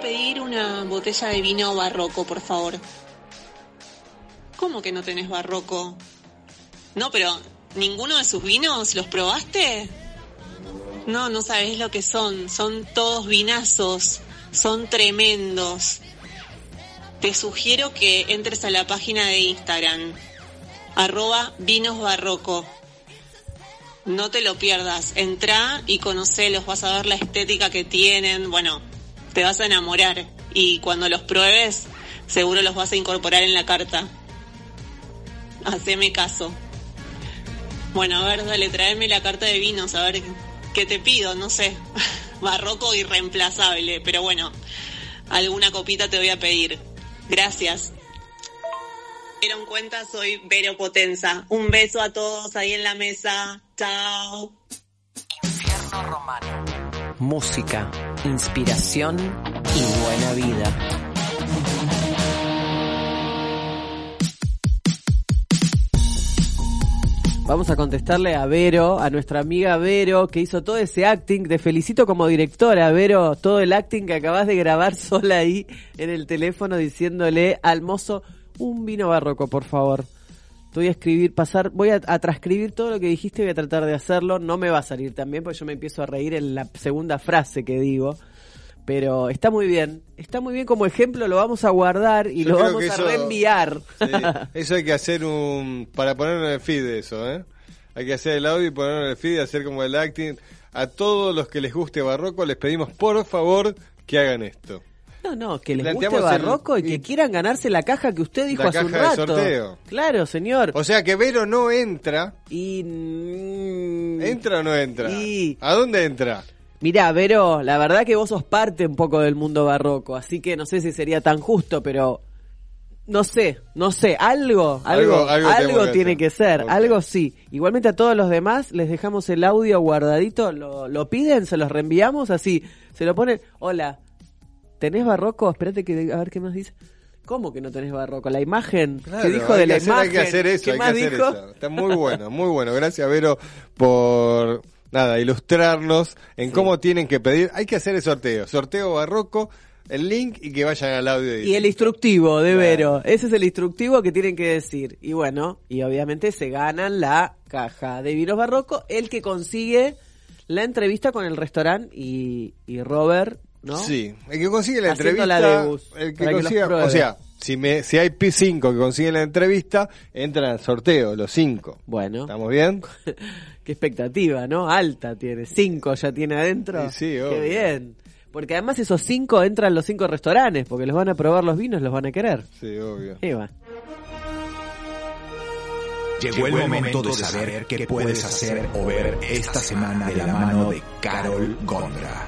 pedir una botella de vino barroco, por favor. ¿Cómo que no tenés barroco? No, pero ¿ninguno de sus vinos los probaste? No, no sabés lo que son. Son todos vinazos. Son tremendos. Te sugiero que entres a la página de Instagram. Arroba vinos barroco. No te lo pierdas. Entrá y conocelos. Vas a ver la estética que tienen. Bueno, te vas a enamorar. Y cuando los pruebes, seguro los vas a incorporar en la carta. Haceme caso. Bueno, a ver, dale, tráeme la carta de vinos, a ver qué te pido, no sé. Barroco irreemplazable, pero bueno, alguna copita te voy a pedir. Gracias. ¿Dieron cuenta? Soy Vero Potenza. Un beso a todos ahí en la mesa. Chao. Infierno Romano. Música, inspiración y buena vida. Vamos a contestarle a Vero, a nuestra amiga Vero, que hizo todo ese acting. Te felicito como directora, Vero, todo el acting que acabas de grabar sola ahí en el teléfono diciéndole al mozo, un vino barroco, por favor. Te voy a escribir, pasar, voy a, a transcribir todo lo que dijiste, voy a tratar de hacerlo. No me va a salir tan bien porque yo me empiezo a reír en la segunda frase que digo. Pero está muy bien, está muy bien como ejemplo, lo vamos a guardar y Yo lo creo vamos que a eso- reenviar. Sí, eso hay que hacer un... Para ponerlo en el feed de eso, ¿eh? Hay que hacer el audio y ponerlo en el feed y hacer como el acting. A todos los que les guste barroco les pedimos por favor que hagan esto. No, no, que les guste Planteamos el- barroco y que quieran ganarse la caja que usted dijo La hace un caja de rato. sorteo. Claro, señor. O sea que Vero no entra. Y... ¿Entra o no entra? Y- ¿A dónde entra? Mirá, Vero, la verdad que vos sos parte un poco del mundo barroco, así que no sé si sería tan justo, pero no sé, no sé, algo, algo, Algo- algo algo, tenemos que tiene hacer. que ser, Ok. algo sí. Igualmente a todos los demás les dejamos el audio guardadito, lo, lo piden, se los reenviamos, así, se lo ponen, hola, ¿tenés barroco? Espérate que a ver qué más dice. ¿Cómo que no tenés barroco? La imagen, Claro, ¿qué dijo hay de que la hacer- imagen? Hay que hacer eso, ¿Qué hay que más hacer dijo? eso. Está muy bueno, muy bueno. Gracias, Vero, por nada, ilustrarnos en cómo tienen que pedir. Hay que hacer el sorteo. Sorteo barroco, el link y que vayan al audio. Y el instructivo de Vero, ese es el instructivo que tienen que decir. Y bueno, y obviamente se ganan la caja de vinos barroco, el que consigue la entrevista con el restaurante y, y Robert, ¿no? Sí, el que consigue la Haciendo entrevista, la debus, el que para que los consiga, pruebe. o sea, si me si hay P cinco que consiguen la entrevista, entran al sorteo, los cinco. Bueno. ¿Estamos bien? Qué expectativa, ¿no? Alta tiene, cinco ya tiene adentro. Sí, sí, Qué obvio. bien. Porque además esos cinco entran los cinco restaurantes, porque los van a probar los vinos, los van a querer. Sí, obvio. Y va. Llegó el momento de saber qué puedes hacer o ver esta semana de la mano de Carol Gondra.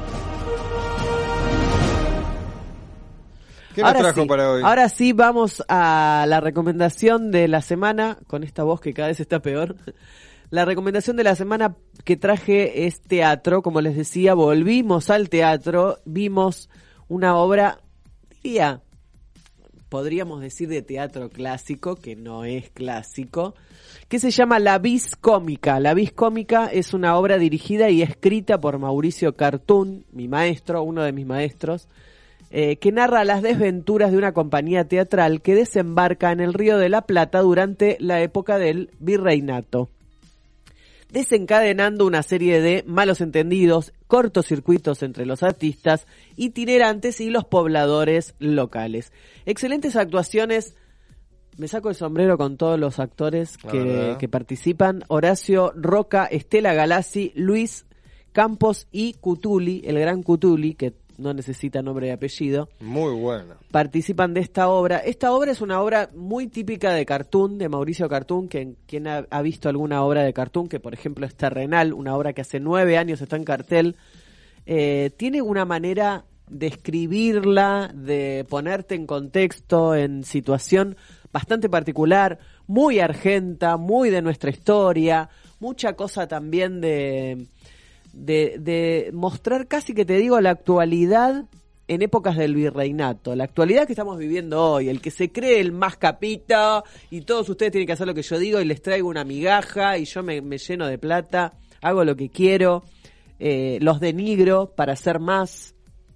¿Qué nos Ahora trajo sí, para hoy? Ahora sí vamos a la recomendación de la semana, con esta voz que cada vez está peor. La recomendación de la semana que traje es teatro, como les decía, volvimos al teatro, vimos una obra, diría, podríamos decir de teatro clásico, que no es clásico, que se llama La Vis Cómica. La Vis Cómica es una obra dirigida y escrita por Mauricio Cartún, mi maestro, uno de mis maestros, eh, que narra las desventuras de una compañía teatral que desembarca en el Río de la Plata durante la época del virreinato, desencadenando una serie de malos entendidos, cortocircuitos entre los artistas, itinerantes y los pobladores locales. Excelentes actuaciones, me saco el sombrero con todos los actores La que, verdad. que participan: Horacio Roca, Estela Galassi, Luis Campos y Cutuli, el gran Cutuli, que no necesita nombre y apellido. Muy buena. Participan de esta obra. Esta obra es una obra muy típica de Cartoon, de Mauricio Cartún, que quien ha, ha visto alguna obra de Cartún, que por ejemplo es Terrenal, una obra que hace nueve años está en cartel, eh, tiene una manera de escribirla, de ponerte en contexto, en situación bastante particular, muy argenta, muy de nuestra historia, mucha cosa también de... De, de mostrar casi que te digo la actualidad en épocas del virreinato, la actualidad que estamos viviendo hoy, el que se cree el más capita y todos ustedes tienen que hacer lo que yo digo y les traigo una migaja y yo me, me lleno de plata, hago lo que quiero, eh, los denigro para hacer más,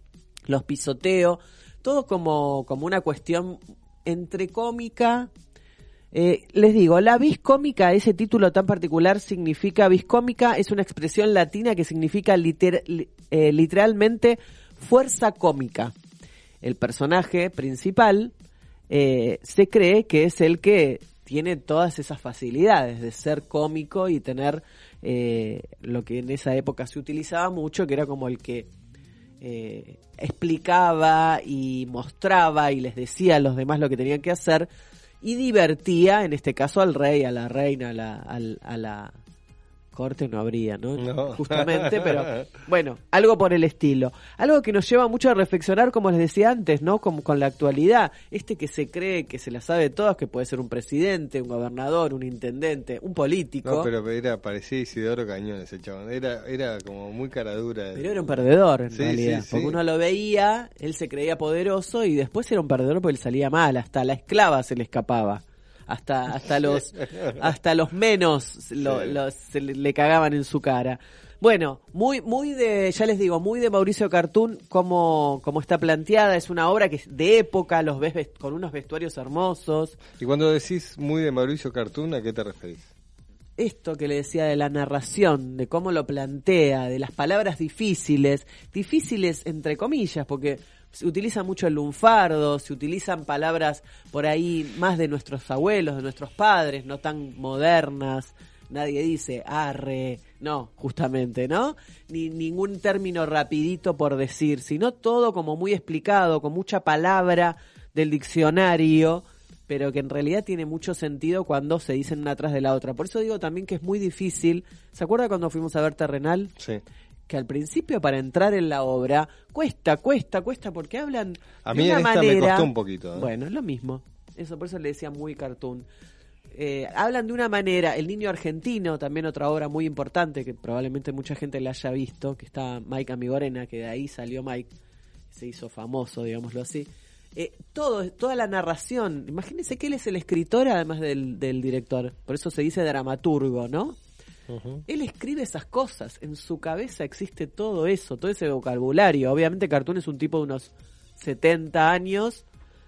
los pisoteo, todo como, como una cuestión entre cómica. Eh, les digo, la vis cómica, ese título tan particular significa, vis cómica es una expresión latina que significa liter, eh, literalmente fuerza cómica. El personaje principal eh, se cree que es el que tiene todas esas facilidades de ser cómico y tener eh, lo que en esa época se utilizaba mucho, que era como el que eh, explicaba y mostraba y les decía a los demás lo que tenían que hacer y divertía, en este caso, al rey, a la reina, a la, a, a la corte no habría, ¿no? No. Justamente, pero bueno, algo por el estilo. Algo que nos lleva mucho a reflexionar, como les decía antes, ¿no? Como con la actualidad. Este que se cree que se la sabe todas, que puede ser un presidente, un gobernador, un intendente, un político. No, pero era, parecía Isidoro Cañón ese chabón. Era, era como muy cara dura. Pero era un perdedor, en Sí, realidad. sí, sí. Porque uno lo veía, él se creía poderoso y después era un perdedor porque le salía mal. Hasta la esclava se le escapaba. Hasta hasta los hasta los menos lo, Sí. los, se le, le cagaban en su cara. Bueno, muy muy de, ya les digo, muy de Mauricio Cartoon como, como está planteada. Es una obra que es de época, los ves vest- con unos vestuarios hermosos. Y cuando decís muy de Mauricio Cartoon, ¿a qué te referís? Esto que le decía de la narración, de cómo lo plantea, de las palabras difíciles, difíciles entre comillas, porque se utiliza mucho el lunfardo, se utilizan palabras por ahí más de nuestros abuelos, de nuestros padres, no tan modernas. Nadie dice arre, no, justamente, ¿no? Ni ningún término rapidito por decir, sino todo como muy explicado, con mucha palabra del diccionario, pero que en realidad tiene mucho sentido cuando se dicen una tras de la otra. Por eso digo también que es muy difícil. ¿Se acuerda cuando fuimos a ver Terrenal? Sí. Que al principio para entrar en la obra cuesta, cuesta, cuesta, porque hablan A de mí una en esta manera... me costó un poquito, ¿eh? Bueno, es lo mismo. Eso, por eso le decía muy cartoon. Eh, hablan de una manera, El Niño Argentino, también otra obra muy importante que probablemente mucha gente la haya visto, que está Mike Amigorena, que de ahí salió Mike, se hizo famoso, digámoslo así. Eh, todo, toda la narración, imagínense que él es el escritor además del, del director, por eso se dice dramaturgo, ¿no? Uh-huh. Él escribe esas cosas, en su cabeza existe todo eso, todo ese vocabulario. Obviamente Cartoon es un tipo de unos setenta años,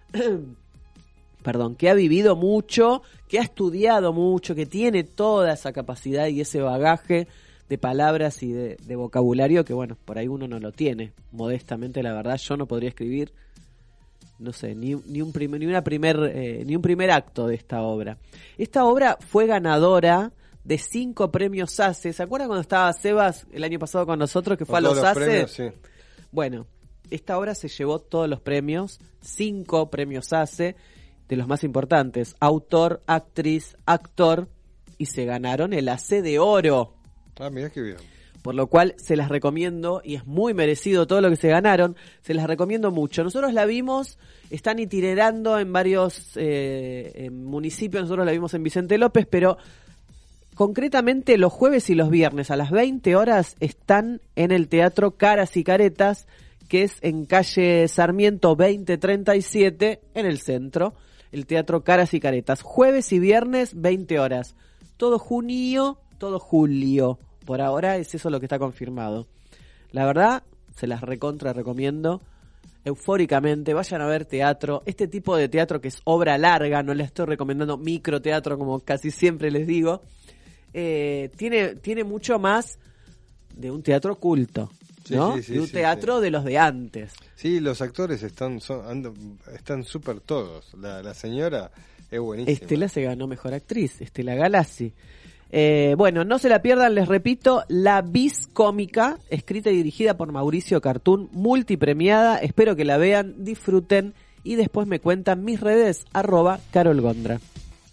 perdón, que ha vivido mucho, que ha estudiado mucho, que tiene toda esa capacidad y ese bagaje de palabras y de, de vocabulario que, bueno, por ahí uno no lo tiene. Modestamente, la verdad, yo no podría escribir, no sé, ni, ni un primer, ni una primer, eh, ni un primer acto de esta obra. Esta obra fue ganadora de cinco premios A C E. ¿Se acuerdan cuando estaba Sebas el año pasado con nosotros que fue Con a los, todos A C E? premios, sí. Bueno, esta obra se llevó todos los premios, cinco premios A C E, de los más importantes, autor, actriz, actor, y se ganaron el A C E de oro. Ah, mirá qué bien. Por lo cual se las recomiendo y es muy merecido todo lo que se ganaron. Se las recomiendo mucho. Nosotros la vimos, están itinerando en varios eh, en municipios. Nosotros la vimos en Vicente López, pero concretamente los jueves y los viernes a las veinte horas están en el Teatro Caras y Caretas, que es en calle Sarmiento veinte treinta y siete en el centro. El Teatro Caras y Caretas. Jueves y viernes, veinte horas. Todo junio, todo julio. Por ahora es eso lo que está confirmado. La verdad, se las recontra recomiendo. Eufóricamente, vayan a ver teatro. Este tipo de teatro que es obra larga, no les estoy recomendando microteatro como casi siempre les digo. Eh, tiene, tiene mucho más de un teatro culto, ¿no? Sí, sí, sí, de un sí, teatro sí. de los de antes. Sí, los actores están son, andan- están súper todos. La, la señora es buenísima. Estela se ganó mejor actriz, Estela Galassi. Eh, bueno, no se la pierdan, les repito, La Vis Cómica, escrita y dirigida por Mauricio Cartoon, multipremiada. Espero que la vean, disfruten y después me cuentan mis redes, arroba Carol Gondra.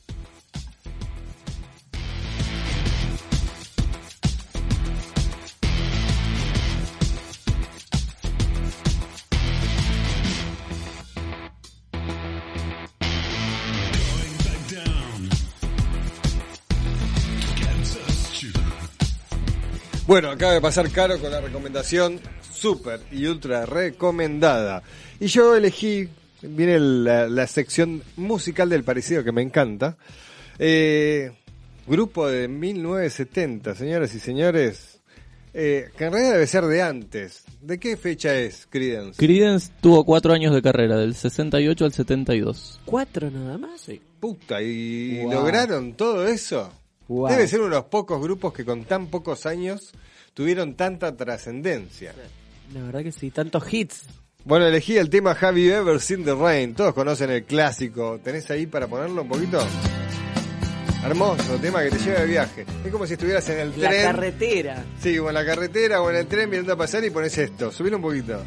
Bueno, acaba de pasar Caro con la recomendación súper y ultra recomendada. Y yo elegí, viene la, la sección musical del parecido que me encanta. Eh, grupo de mil novecientos setenta, señoras y señores. Eh, que en realidad debe ser de antes. ¿De qué fecha es Creedence? Creedence tuvo cuatro años de carrera, del sesenta y ocho al setenta y dos. ¿Cuatro nada más? Sí. Puta, ¿y Wow. lograron todo eso? Wow. Debe ser uno de los pocos grupos que con tan pocos años tuvieron tanta trascendencia. La verdad que sí, tantos hits. Bueno, elegí el tema Have You Ever Seen the Rain. Todos conocen el clásico. ¿Tenés ahí para ponerlo un poquito? Hermoso, tema que te lleva de viaje. Es como si estuvieras en el La tren. carretera. Sí, o en la carretera o en el tren mirando a pasar y pones esto. Subilo un poquito.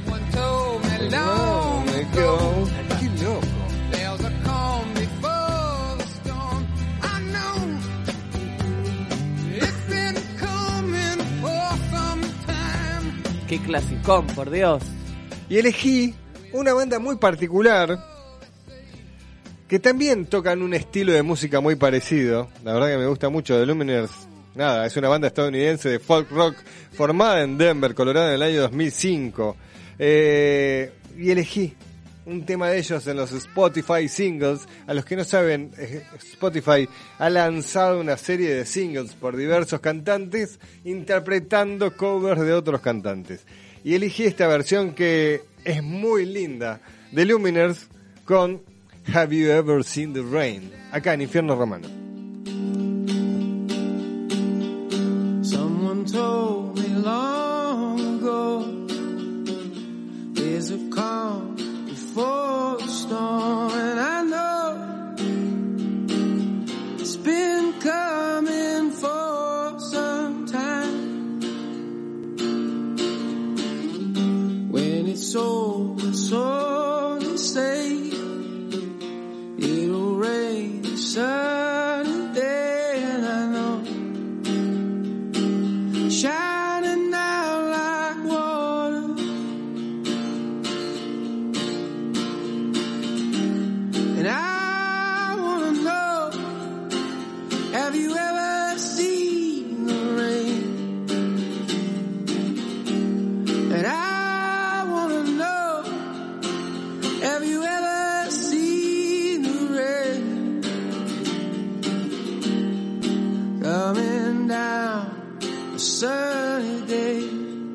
Oh, my God. Qué loco. Qué clasicón, por Dios. Y elegí una banda muy particular que también tocan un estilo de música muy parecido. La verdad que me gusta mucho. The Lumineers, nada, es una banda estadounidense de folk rock formada en Denver, Colorado en el año dos mil cinco. Eh, y elegí un tema de ellos en los Spotify Singles. A los que no saben, Spotify ha lanzado una serie de singles por diversos cantantes interpretando covers de otros cantantes. Y elegí esta versión que es muy linda, de Lumineers con Have You Ever Seen the Rain, acá en Infierno Romano. Someone told me long ago there's a calm before the storm, and I know it's been coming for some time. When it's over, so they say it'll rain a sunny day, and I know shining out like water. And I wanna know, have you ever seen the rain? And I wanna know, have you ever seen the rain coming down a sunny day?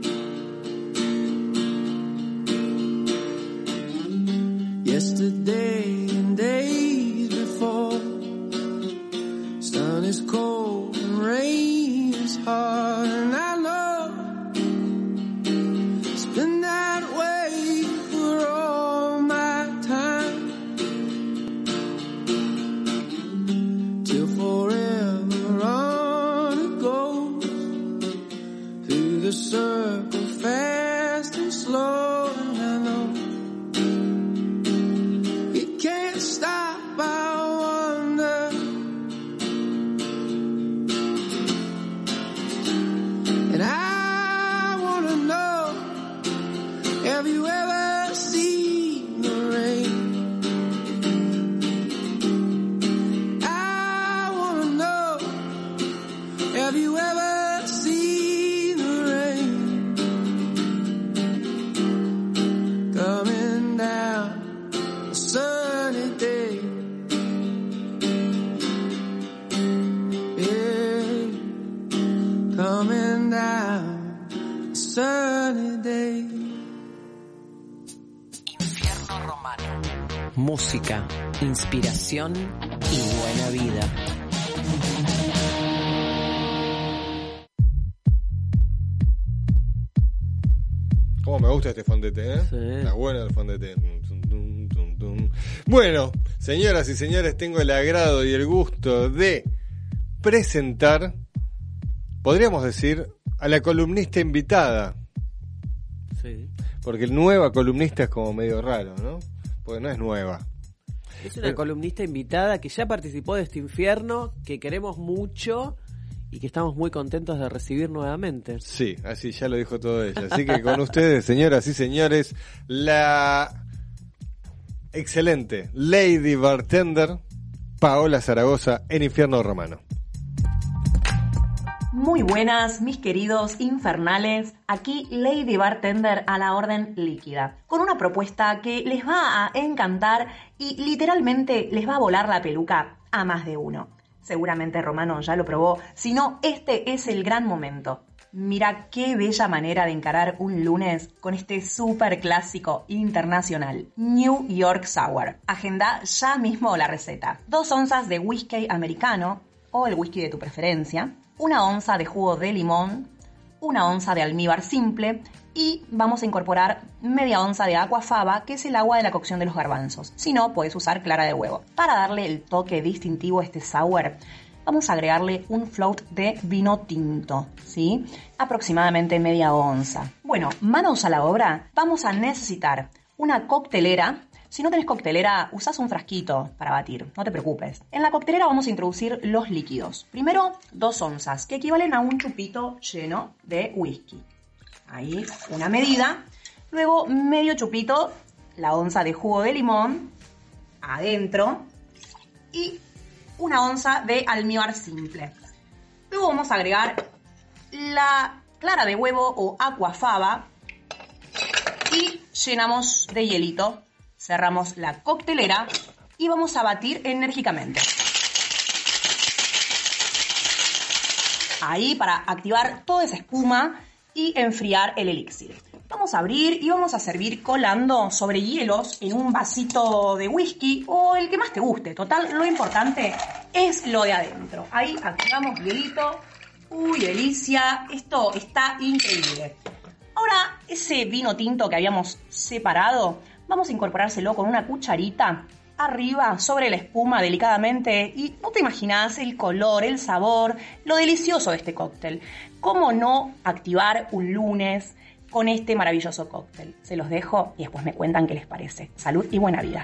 Yesterday and days before, sun is cold and rain is hard, and I know it's been that way for all my time, till forever on it goes, through the circle fast and slow, and I know it can't stop, I wonder. And I wanna know, have you ever seen the rain? I wanna know, have you ever seen the rain coming down a sunny day? Yeah, coming down a sunny day. Infierno Romano. Música, inspiración y buena vida. Cómo me gusta este fondete, ¿eh? Sí. Está bueno el fondete. Tum, tum, tum, tum. Bueno, señoras y señores, tengo el agrado y el gusto de presentar, podríamos decir, a la columnista invitada. Sí. Porque el nueva columnista es como medio raro, ¿no? Porque no es nueva. Es una columnista invitada que ya participó de este infierno, que queremos mucho y que estamos muy contentos de recibir nuevamente. Sí, así ya lo dijo todo ella. Así que con ustedes, señoras y señores, la excelente Lady Bartender Paola Zaragoza en Infierno Romano. Muy buenas, mis queridos infernales. Aquí Lady Bartender a la orden líquida, con una propuesta que les va a encantar y literalmente les va a volar la peluca a más de uno. Seguramente Romano ya lo probó, si no, este es el gran momento. Mira qué bella manera de encarar un lunes con este súper clásico internacional, New York Sour. Agenda ya mismo la receta. Dos onzas de whisky americano o el whisky de tu preferencia, una onza de jugo de limón, una onza de almíbar simple y vamos a incorporar media onza de aquafaba, que es el agua de la cocción de los garbanzos. Si no, puedes usar clara de huevo. Para darle el toque distintivo a este sour, vamos a agregarle un float de vino tinto, ¿sí? Aproximadamente media onza. Bueno, manos a la obra. Vamos a necesitar una coctelera. Si no tenés coctelera, usás un frasquito para batir, no te preocupes. En la coctelera vamos a introducir los líquidos. Primero, dos onzas, que equivalen a un chupito lleno de whisky. Ahí, una medida. Luego, medio chupito, la onza de jugo de limón, adentro. Y una onza de almíbar simple. Luego vamos a agregar la clara de huevo o aquafaba y llenamos de hielito. Cerramos la coctelera y vamos a batir enérgicamente. Ahí para activar toda esa espuma y enfriar el elixir. Vamos a abrir y vamos a servir colando sobre hielos en un vasito de whisky o el que más te guste. Total, lo importante es lo de adentro. Ahí activamos hielito. Uy, delicia. Esto está increíble. Ahora, ese vino tinto que habíamos separado, vamos a incorporárselo con una cucharita arriba sobre la espuma delicadamente y no te imaginas el color, el sabor, lo delicioso de este cóctel. ¿Cómo no activar un lunes con este maravilloso cóctel? Se los dejo y después me cuentan qué les parece. Salud y buena vida.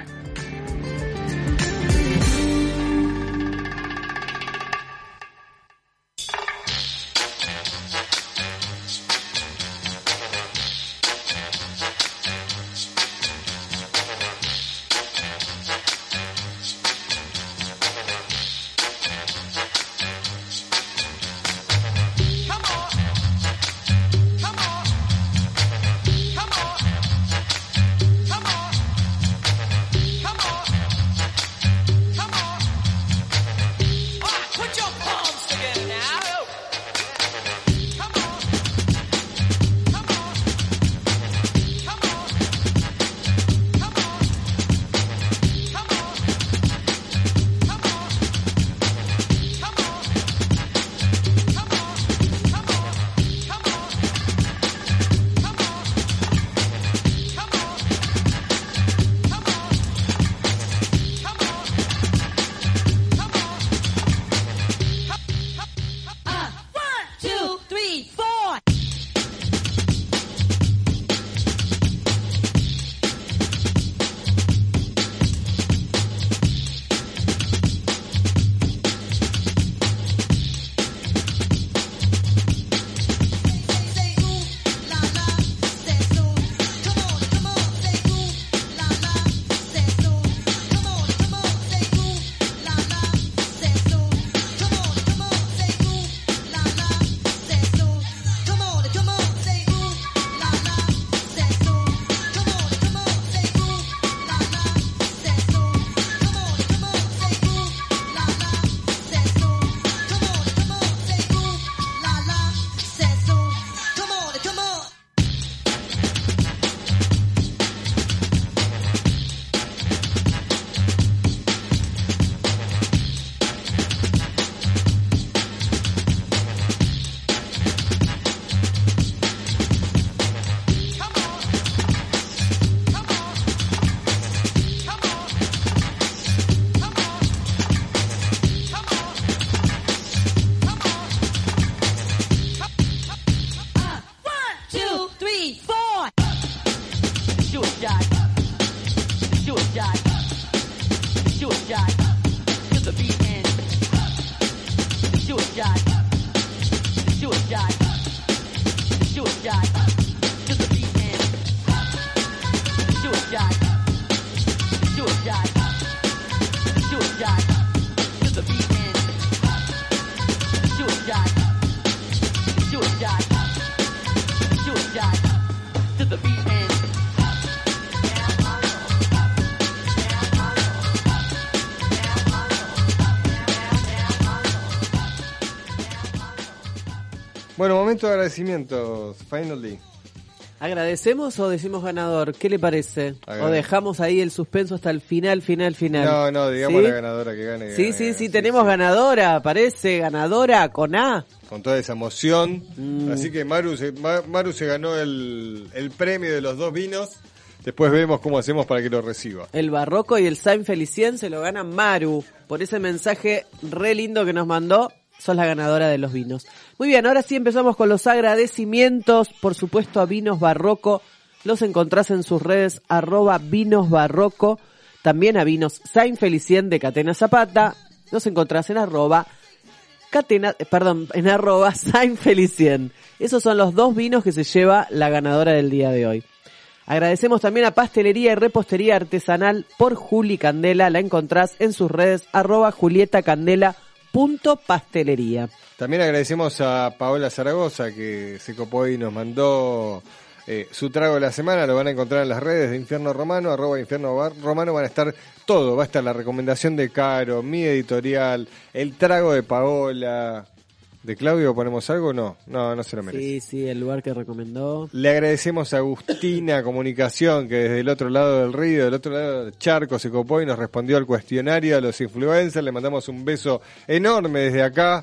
Bueno, momento de agradecimientos, finally. ¿Agradecemos o decimos ganador? ¿Qué le parece? Agradec- ¿O dejamos ahí el suspenso hasta el final, final, final? No, no, digamos ¿Sí? la ganadora que gane. que Sí, gane, sí, gane. sí, tenemos ganadora, parece, ganadora con A. Con toda esa emoción. Mm. Así que Maru se, Ma- Maru se ganó el, el premio de los dos vinos. Después vemos cómo hacemos para que lo reciba. El Barroco y el Saint Felicien se lo gana Maru. Por ese mensaje re lindo que nos mandó, sos la ganadora de los vinos. Muy bien, ahora sí empezamos con los agradecimientos. Por supuesto a Vinos Barroco. Los encontrás en sus redes, arroba Vinos Barroco. También a Vinos Saint Felicien de Catena Zapata. Los encontrás en arroba Catena, eh, perdón, en arroba Saint Felicien. Esos son los dos vinos que se lleva la ganadora del día de hoy. Agradecemos también a Pastelería y Repostería Artesanal por Juli Candela. La encontrás en sus redes, arroba Julieta Candela punto pastelería. También agradecemos a Paola Zaragoza que se copó y nos mandó eh, su trago de la semana. Lo van a encontrar en las redes de Infierno Romano, arroba Infierno Bar- Romano. Van a estar todo. Va a estar la recomendación de Caro, mi editorial, el trago de Paola. ¿De Claudio ponemos algo? No, no, no se lo merece. Sí, sí, el lugar que recomendó. Le agradecemos a Agustina Comunicación, que desde el otro lado del río, del otro lado del charco, se copó y nos respondió al cuestionario a los influencers. Le mandamos un beso enorme desde acá.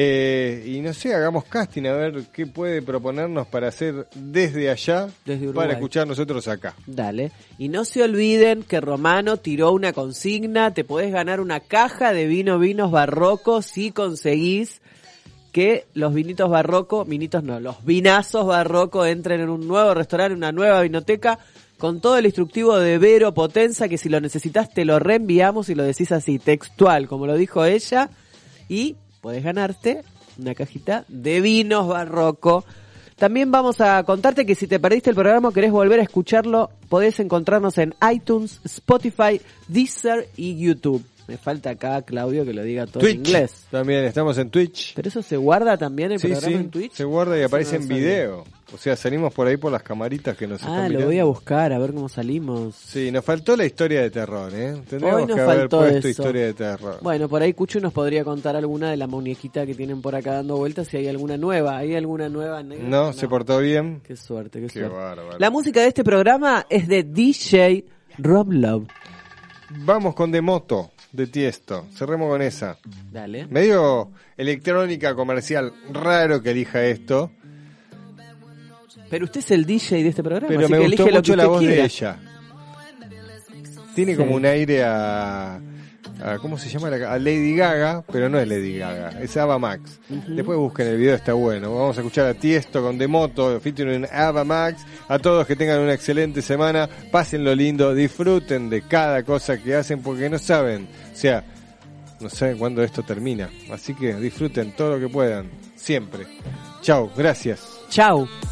Eh, y no sé, hagamos casting a ver qué puede proponernos para hacer desde allá, Desde Uruguay. para escuchar nosotros acá. Dale. Y no se olviden que Romano tiró una consigna. Te podés ganar una caja de vino Vinos Barroco si conseguís que los vinitos barroco, vinitos no, los vinazos barroco entren en un nuevo restaurante, una nueva vinoteca, con todo el instructivo de Vero Potenza, que si lo necesitas te lo reenviamos y lo decís así, textual, como lo dijo ella, y podés ganarte una cajita de vinos barroco. También vamos a contarte que si te perdiste el programa o querés volver a escucharlo, podés encontrarnos en iTunes, Spotify, Deezer y YouTube. Me falta acá Claudio que lo diga todo Twitch, en inglés. También estamos en Twitch. ¿Pero eso se guarda también el Sí, programa sí, en Twitch? se guarda y Eso aparece no en lo sabía. video. O sea, salimos por ahí por las camaritas que nos Ah, están lo mirando. voy a buscar, a ver cómo salimos. Sí, nos faltó la historia de terror, ¿eh? Tendríamos Hoy nos que haber faltó puesto eso. historia de terror. Bueno, por ahí Cucho nos podría contar alguna de la muñequita que tienen por acá dando vueltas, si hay alguna nueva. ¿Hay alguna nueva negra? No, se portó bien. Qué suerte, qué, Qué suerte. bárbaro. La música de este programa es de D J Rob Love. Vamos con De Moto, de Tiesto. Cerremos con esa. Dale. Medio electrónica comercial, raro que elija esto, Pero usted es el D J de este programa, pero así me que gustó elige lo mucho que la usted voz quiera. de ella. Tiene Sí. como un aire a, a ¿cómo se llama? la- A Lady Gaga, pero no es Lady Gaga, es Ava Max. Ujú. Después busquen el video, está bueno. Vamos a escuchar a Tiesto con De Moto, featuring Ava Max. A todos que tengan una excelente semana, pásenlo lindo, disfruten de cada cosa que hacen porque no saben, o sea, no saben cuándo esto termina. Así que disfruten todo lo que puedan, siempre. Chau, gracias. Chau.